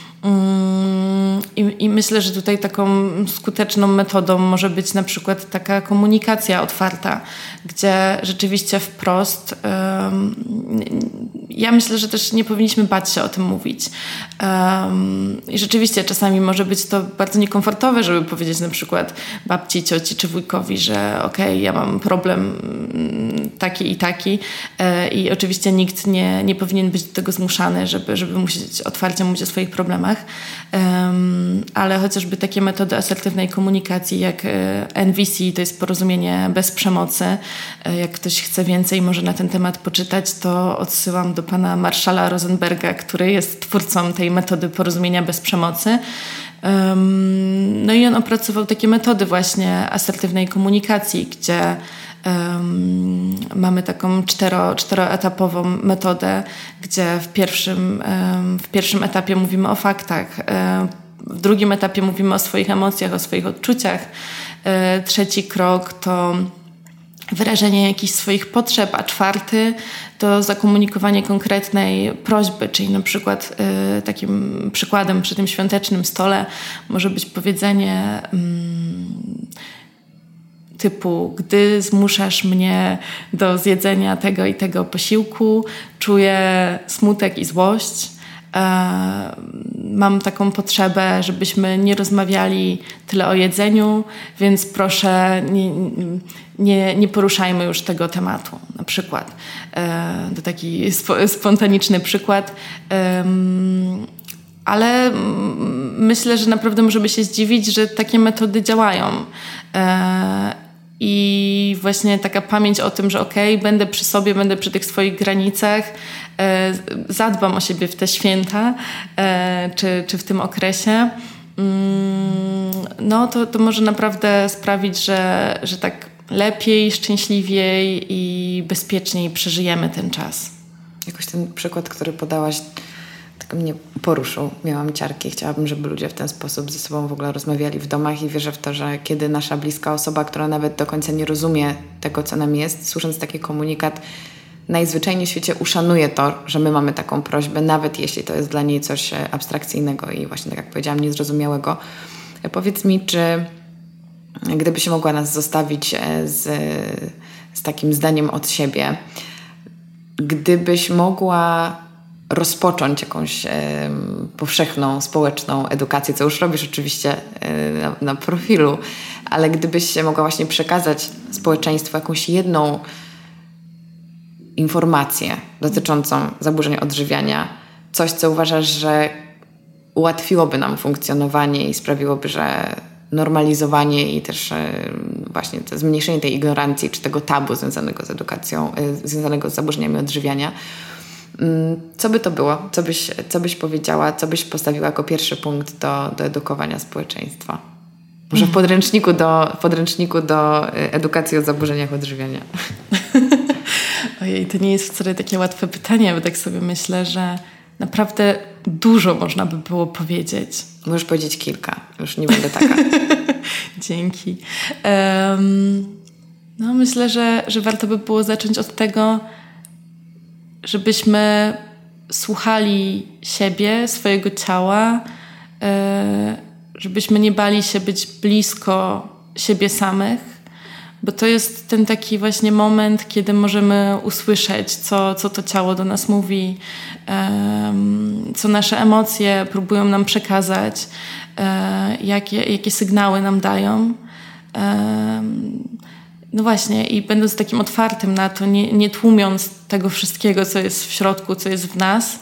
B: I myślę, że tutaj taką skuteczną metodą może być na przykład taka komunikacja otwarta, gdzie rzeczywiście wprost ja myślę, że też nie powinniśmy bać się o tym mówić. I rzeczywiście czasami może być to bardzo niekomfortowe, żeby powiedzieć na przykład babci, cioci czy wujkowi, że ja mam problem taki i taki i oczywiście nikt nie powinien być do tego zmuszany, żeby musieć otwarcie mówić o swoich problemach. Ale chociażby takie metody asertywnej komunikacji jak NVC, to jest porozumienie bez przemocy. Jak ktoś chce więcej, może na ten temat poczytać, to odsyłam do pana Marshalla Rosenberga, który jest twórcą tej metody porozumienia bez przemocy. No i on opracował takie metody właśnie asertywnej komunikacji, gdzie mamy taką czteroetapową metodę, gdzie w pierwszym etapie mówimy o faktach, w drugim etapie mówimy o swoich emocjach, o swoich odczuciach. Trzeci krok to wyrażenie jakichś swoich potrzeb, a czwarty to zakomunikowanie konkretnej prośby, czyli na przykład takim przykładem przy tym świątecznym stole może być powiedzenie typu: gdy zmuszasz mnie do zjedzenia tego i tego posiłku, czuję smutek i złość. Mam taką potrzebę, żebyśmy nie rozmawiali tyle o jedzeniu, więc proszę nie poruszajmy już tego tematu, na przykład. To taki spontaniczny przykład. Ale myślę, że naprawdę możemy się zdziwić, że takie metody działają. I właśnie taka pamięć o tym, że będę przy sobie, będę przy tych swoich granicach, zadbam o siebie w te święta czy w tym okresie, no to może naprawdę sprawić, że tak lepiej, szczęśliwiej i bezpieczniej przeżyjemy ten czas.
A: Jakoś ten przykład, który podałaś, tak mnie poruszył. Miałam ciarki. Chciałabym, żeby ludzie w ten sposób ze sobą w ogóle rozmawiali w domach i wierzę w to, że kiedy nasza bliska osoba, która nawet do końca nie rozumie tego, co nam jest, słysząc taki komunikat, najzwyczajniej w świecie uszanuje to, że my mamy taką prośbę, nawet jeśli to jest dla niej coś abstrakcyjnego i właśnie, tak jak powiedziałam, niezrozumiałego. Powiedz mi, czy gdybyś mogła nas zostawić z takim zdaniem od siebie, gdybyś mogła rozpocząć jakąś powszechną, społeczną edukację, co już robisz oczywiście na profilu, ale gdybyś mogła właśnie przekazać społeczeństwu jakąś jedną informację dotyczącą zaburzeń odżywiania, coś, co uważasz, że ułatwiłoby nam funkcjonowanie i sprawiłoby, że normalizowanie i też właśnie to zmniejszenie tej ignorancji czy tego tabu związanego z edukacją, związanego z zaburzeniami odżywiania. Co by to było? Co byś powiedziała? Co byś postawiła jako pierwszy punkt do edukowania społeczeństwa? Może w podręczniku do edukacji o zaburzeniach odżywiania.
B: Ojej, to nie jest wcale takie łatwe pytanie, bo tak sobie myślę, że naprawdę dużo można by było powiedzieć.
A: Możesz powiedzieć kilka, już nie będę taka.
B: Dzięki. No myślę, że warto by było zacząć od tego, żebyśmy słuchali siebie, swojego ciała, żebyśmy nie bali się być blisko siebie samych, bo to jest ten taki właśnie moment, kiedy możemy usłyszeć, co to ciało do nas mówi, co nasze emocje próbują nam przekazać, jakie sygnały nam dają. No właśnie, i będąc takim otwartym na to, nie tłumiąc tego wszystkiego, co jest w środku, co jest w nas,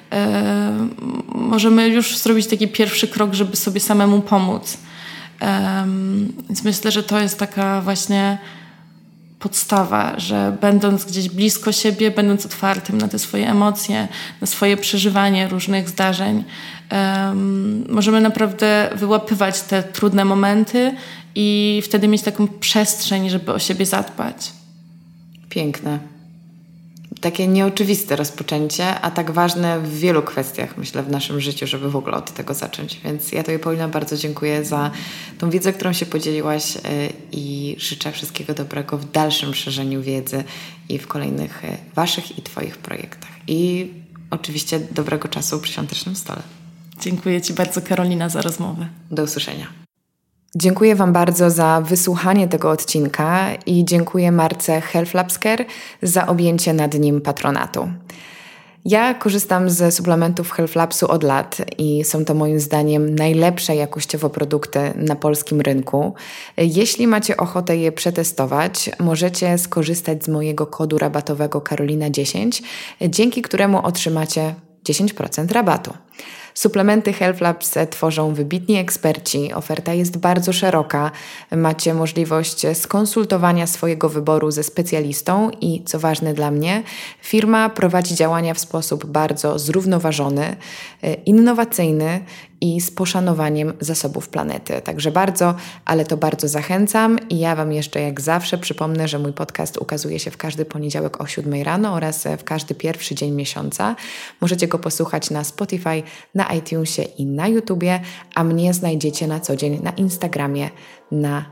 B: możemy już zrobić taki pierwszy krok, żeby sobie samemu pomóc. Więc myślę, że to jest taka właśnie podstawa, że będąc gdzieś blisko siebie, będąc otwartym na te swoje emocje, na swoje przeżywanie różnych zdarzeń, możemy naprawdę wyłapywać te trudne momenty i wtedy mieć taką przestrzeń, żeby o siebie zadbać.
A: Piękne. Takie nieoczywiste rozpoczęcie, a tak ważne w wielu kwestiach, myślę, w naszym życiu, żeby w ogóle od tego zacząć. Więc ja Tobie, Paulina, bardzo dziękuję za tą wiedzę, którą się podzieliłaś i życzę wszystkiego dobrego w dalszym szerzeniu wiedzy i w kolejnych Waszych i Twoich projektach. I oczywiście dobrego czasu przy świątecznym stole.
B: Dziękuję Ci bardzo, Karolina, za rozmowę.
A: Do usłyszenia. Dziękuję Wam bardzo za wysłuchanie tego odcinka i dziękuję marce Health Labs Care za objęcie nad nim patronatu. Ja korzystam ze suplementów Health Labsu od lat i są to moim zdaniem najlepsze jakościowo produkty na polskim rynku. Jeśli macie ochotę je przetestować, możecie skorzystać z mojego kodu rabatowego Karolina10, dzięki któremu otrzymacie 10% rabatu. Suplementy Health Labs tworzą wybitni eksperci, oferta jest bardzo szeroka, macie możliwość skonsultowania swojego wyboru ze specjalistą i, co ważne dla mnie, firma prowadzi działania w sposób bardzo zrównoważony, innowacyjny i z poszanowaniem zasobów planety. Także bardzo, ale to bardzo zachęcam i ja Wam jeszcze jak zawsze przypomnę, że mój podcast ukazuje się w każdy poniedziałek o 7 rano oraz w każdy pierwszy dzień miesiąca. Możecie go posłuchać na Spotify, na iTunesie i na YouTubie, a mnie znajdziecie na co dzień na Instagramie na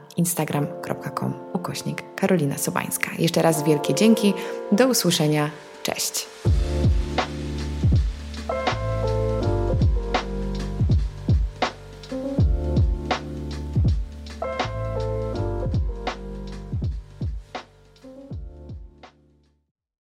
A: instagram.com/Karolina Sobańska. Jeszcze raz wielkie dzięki, do usłyszenia, cześć!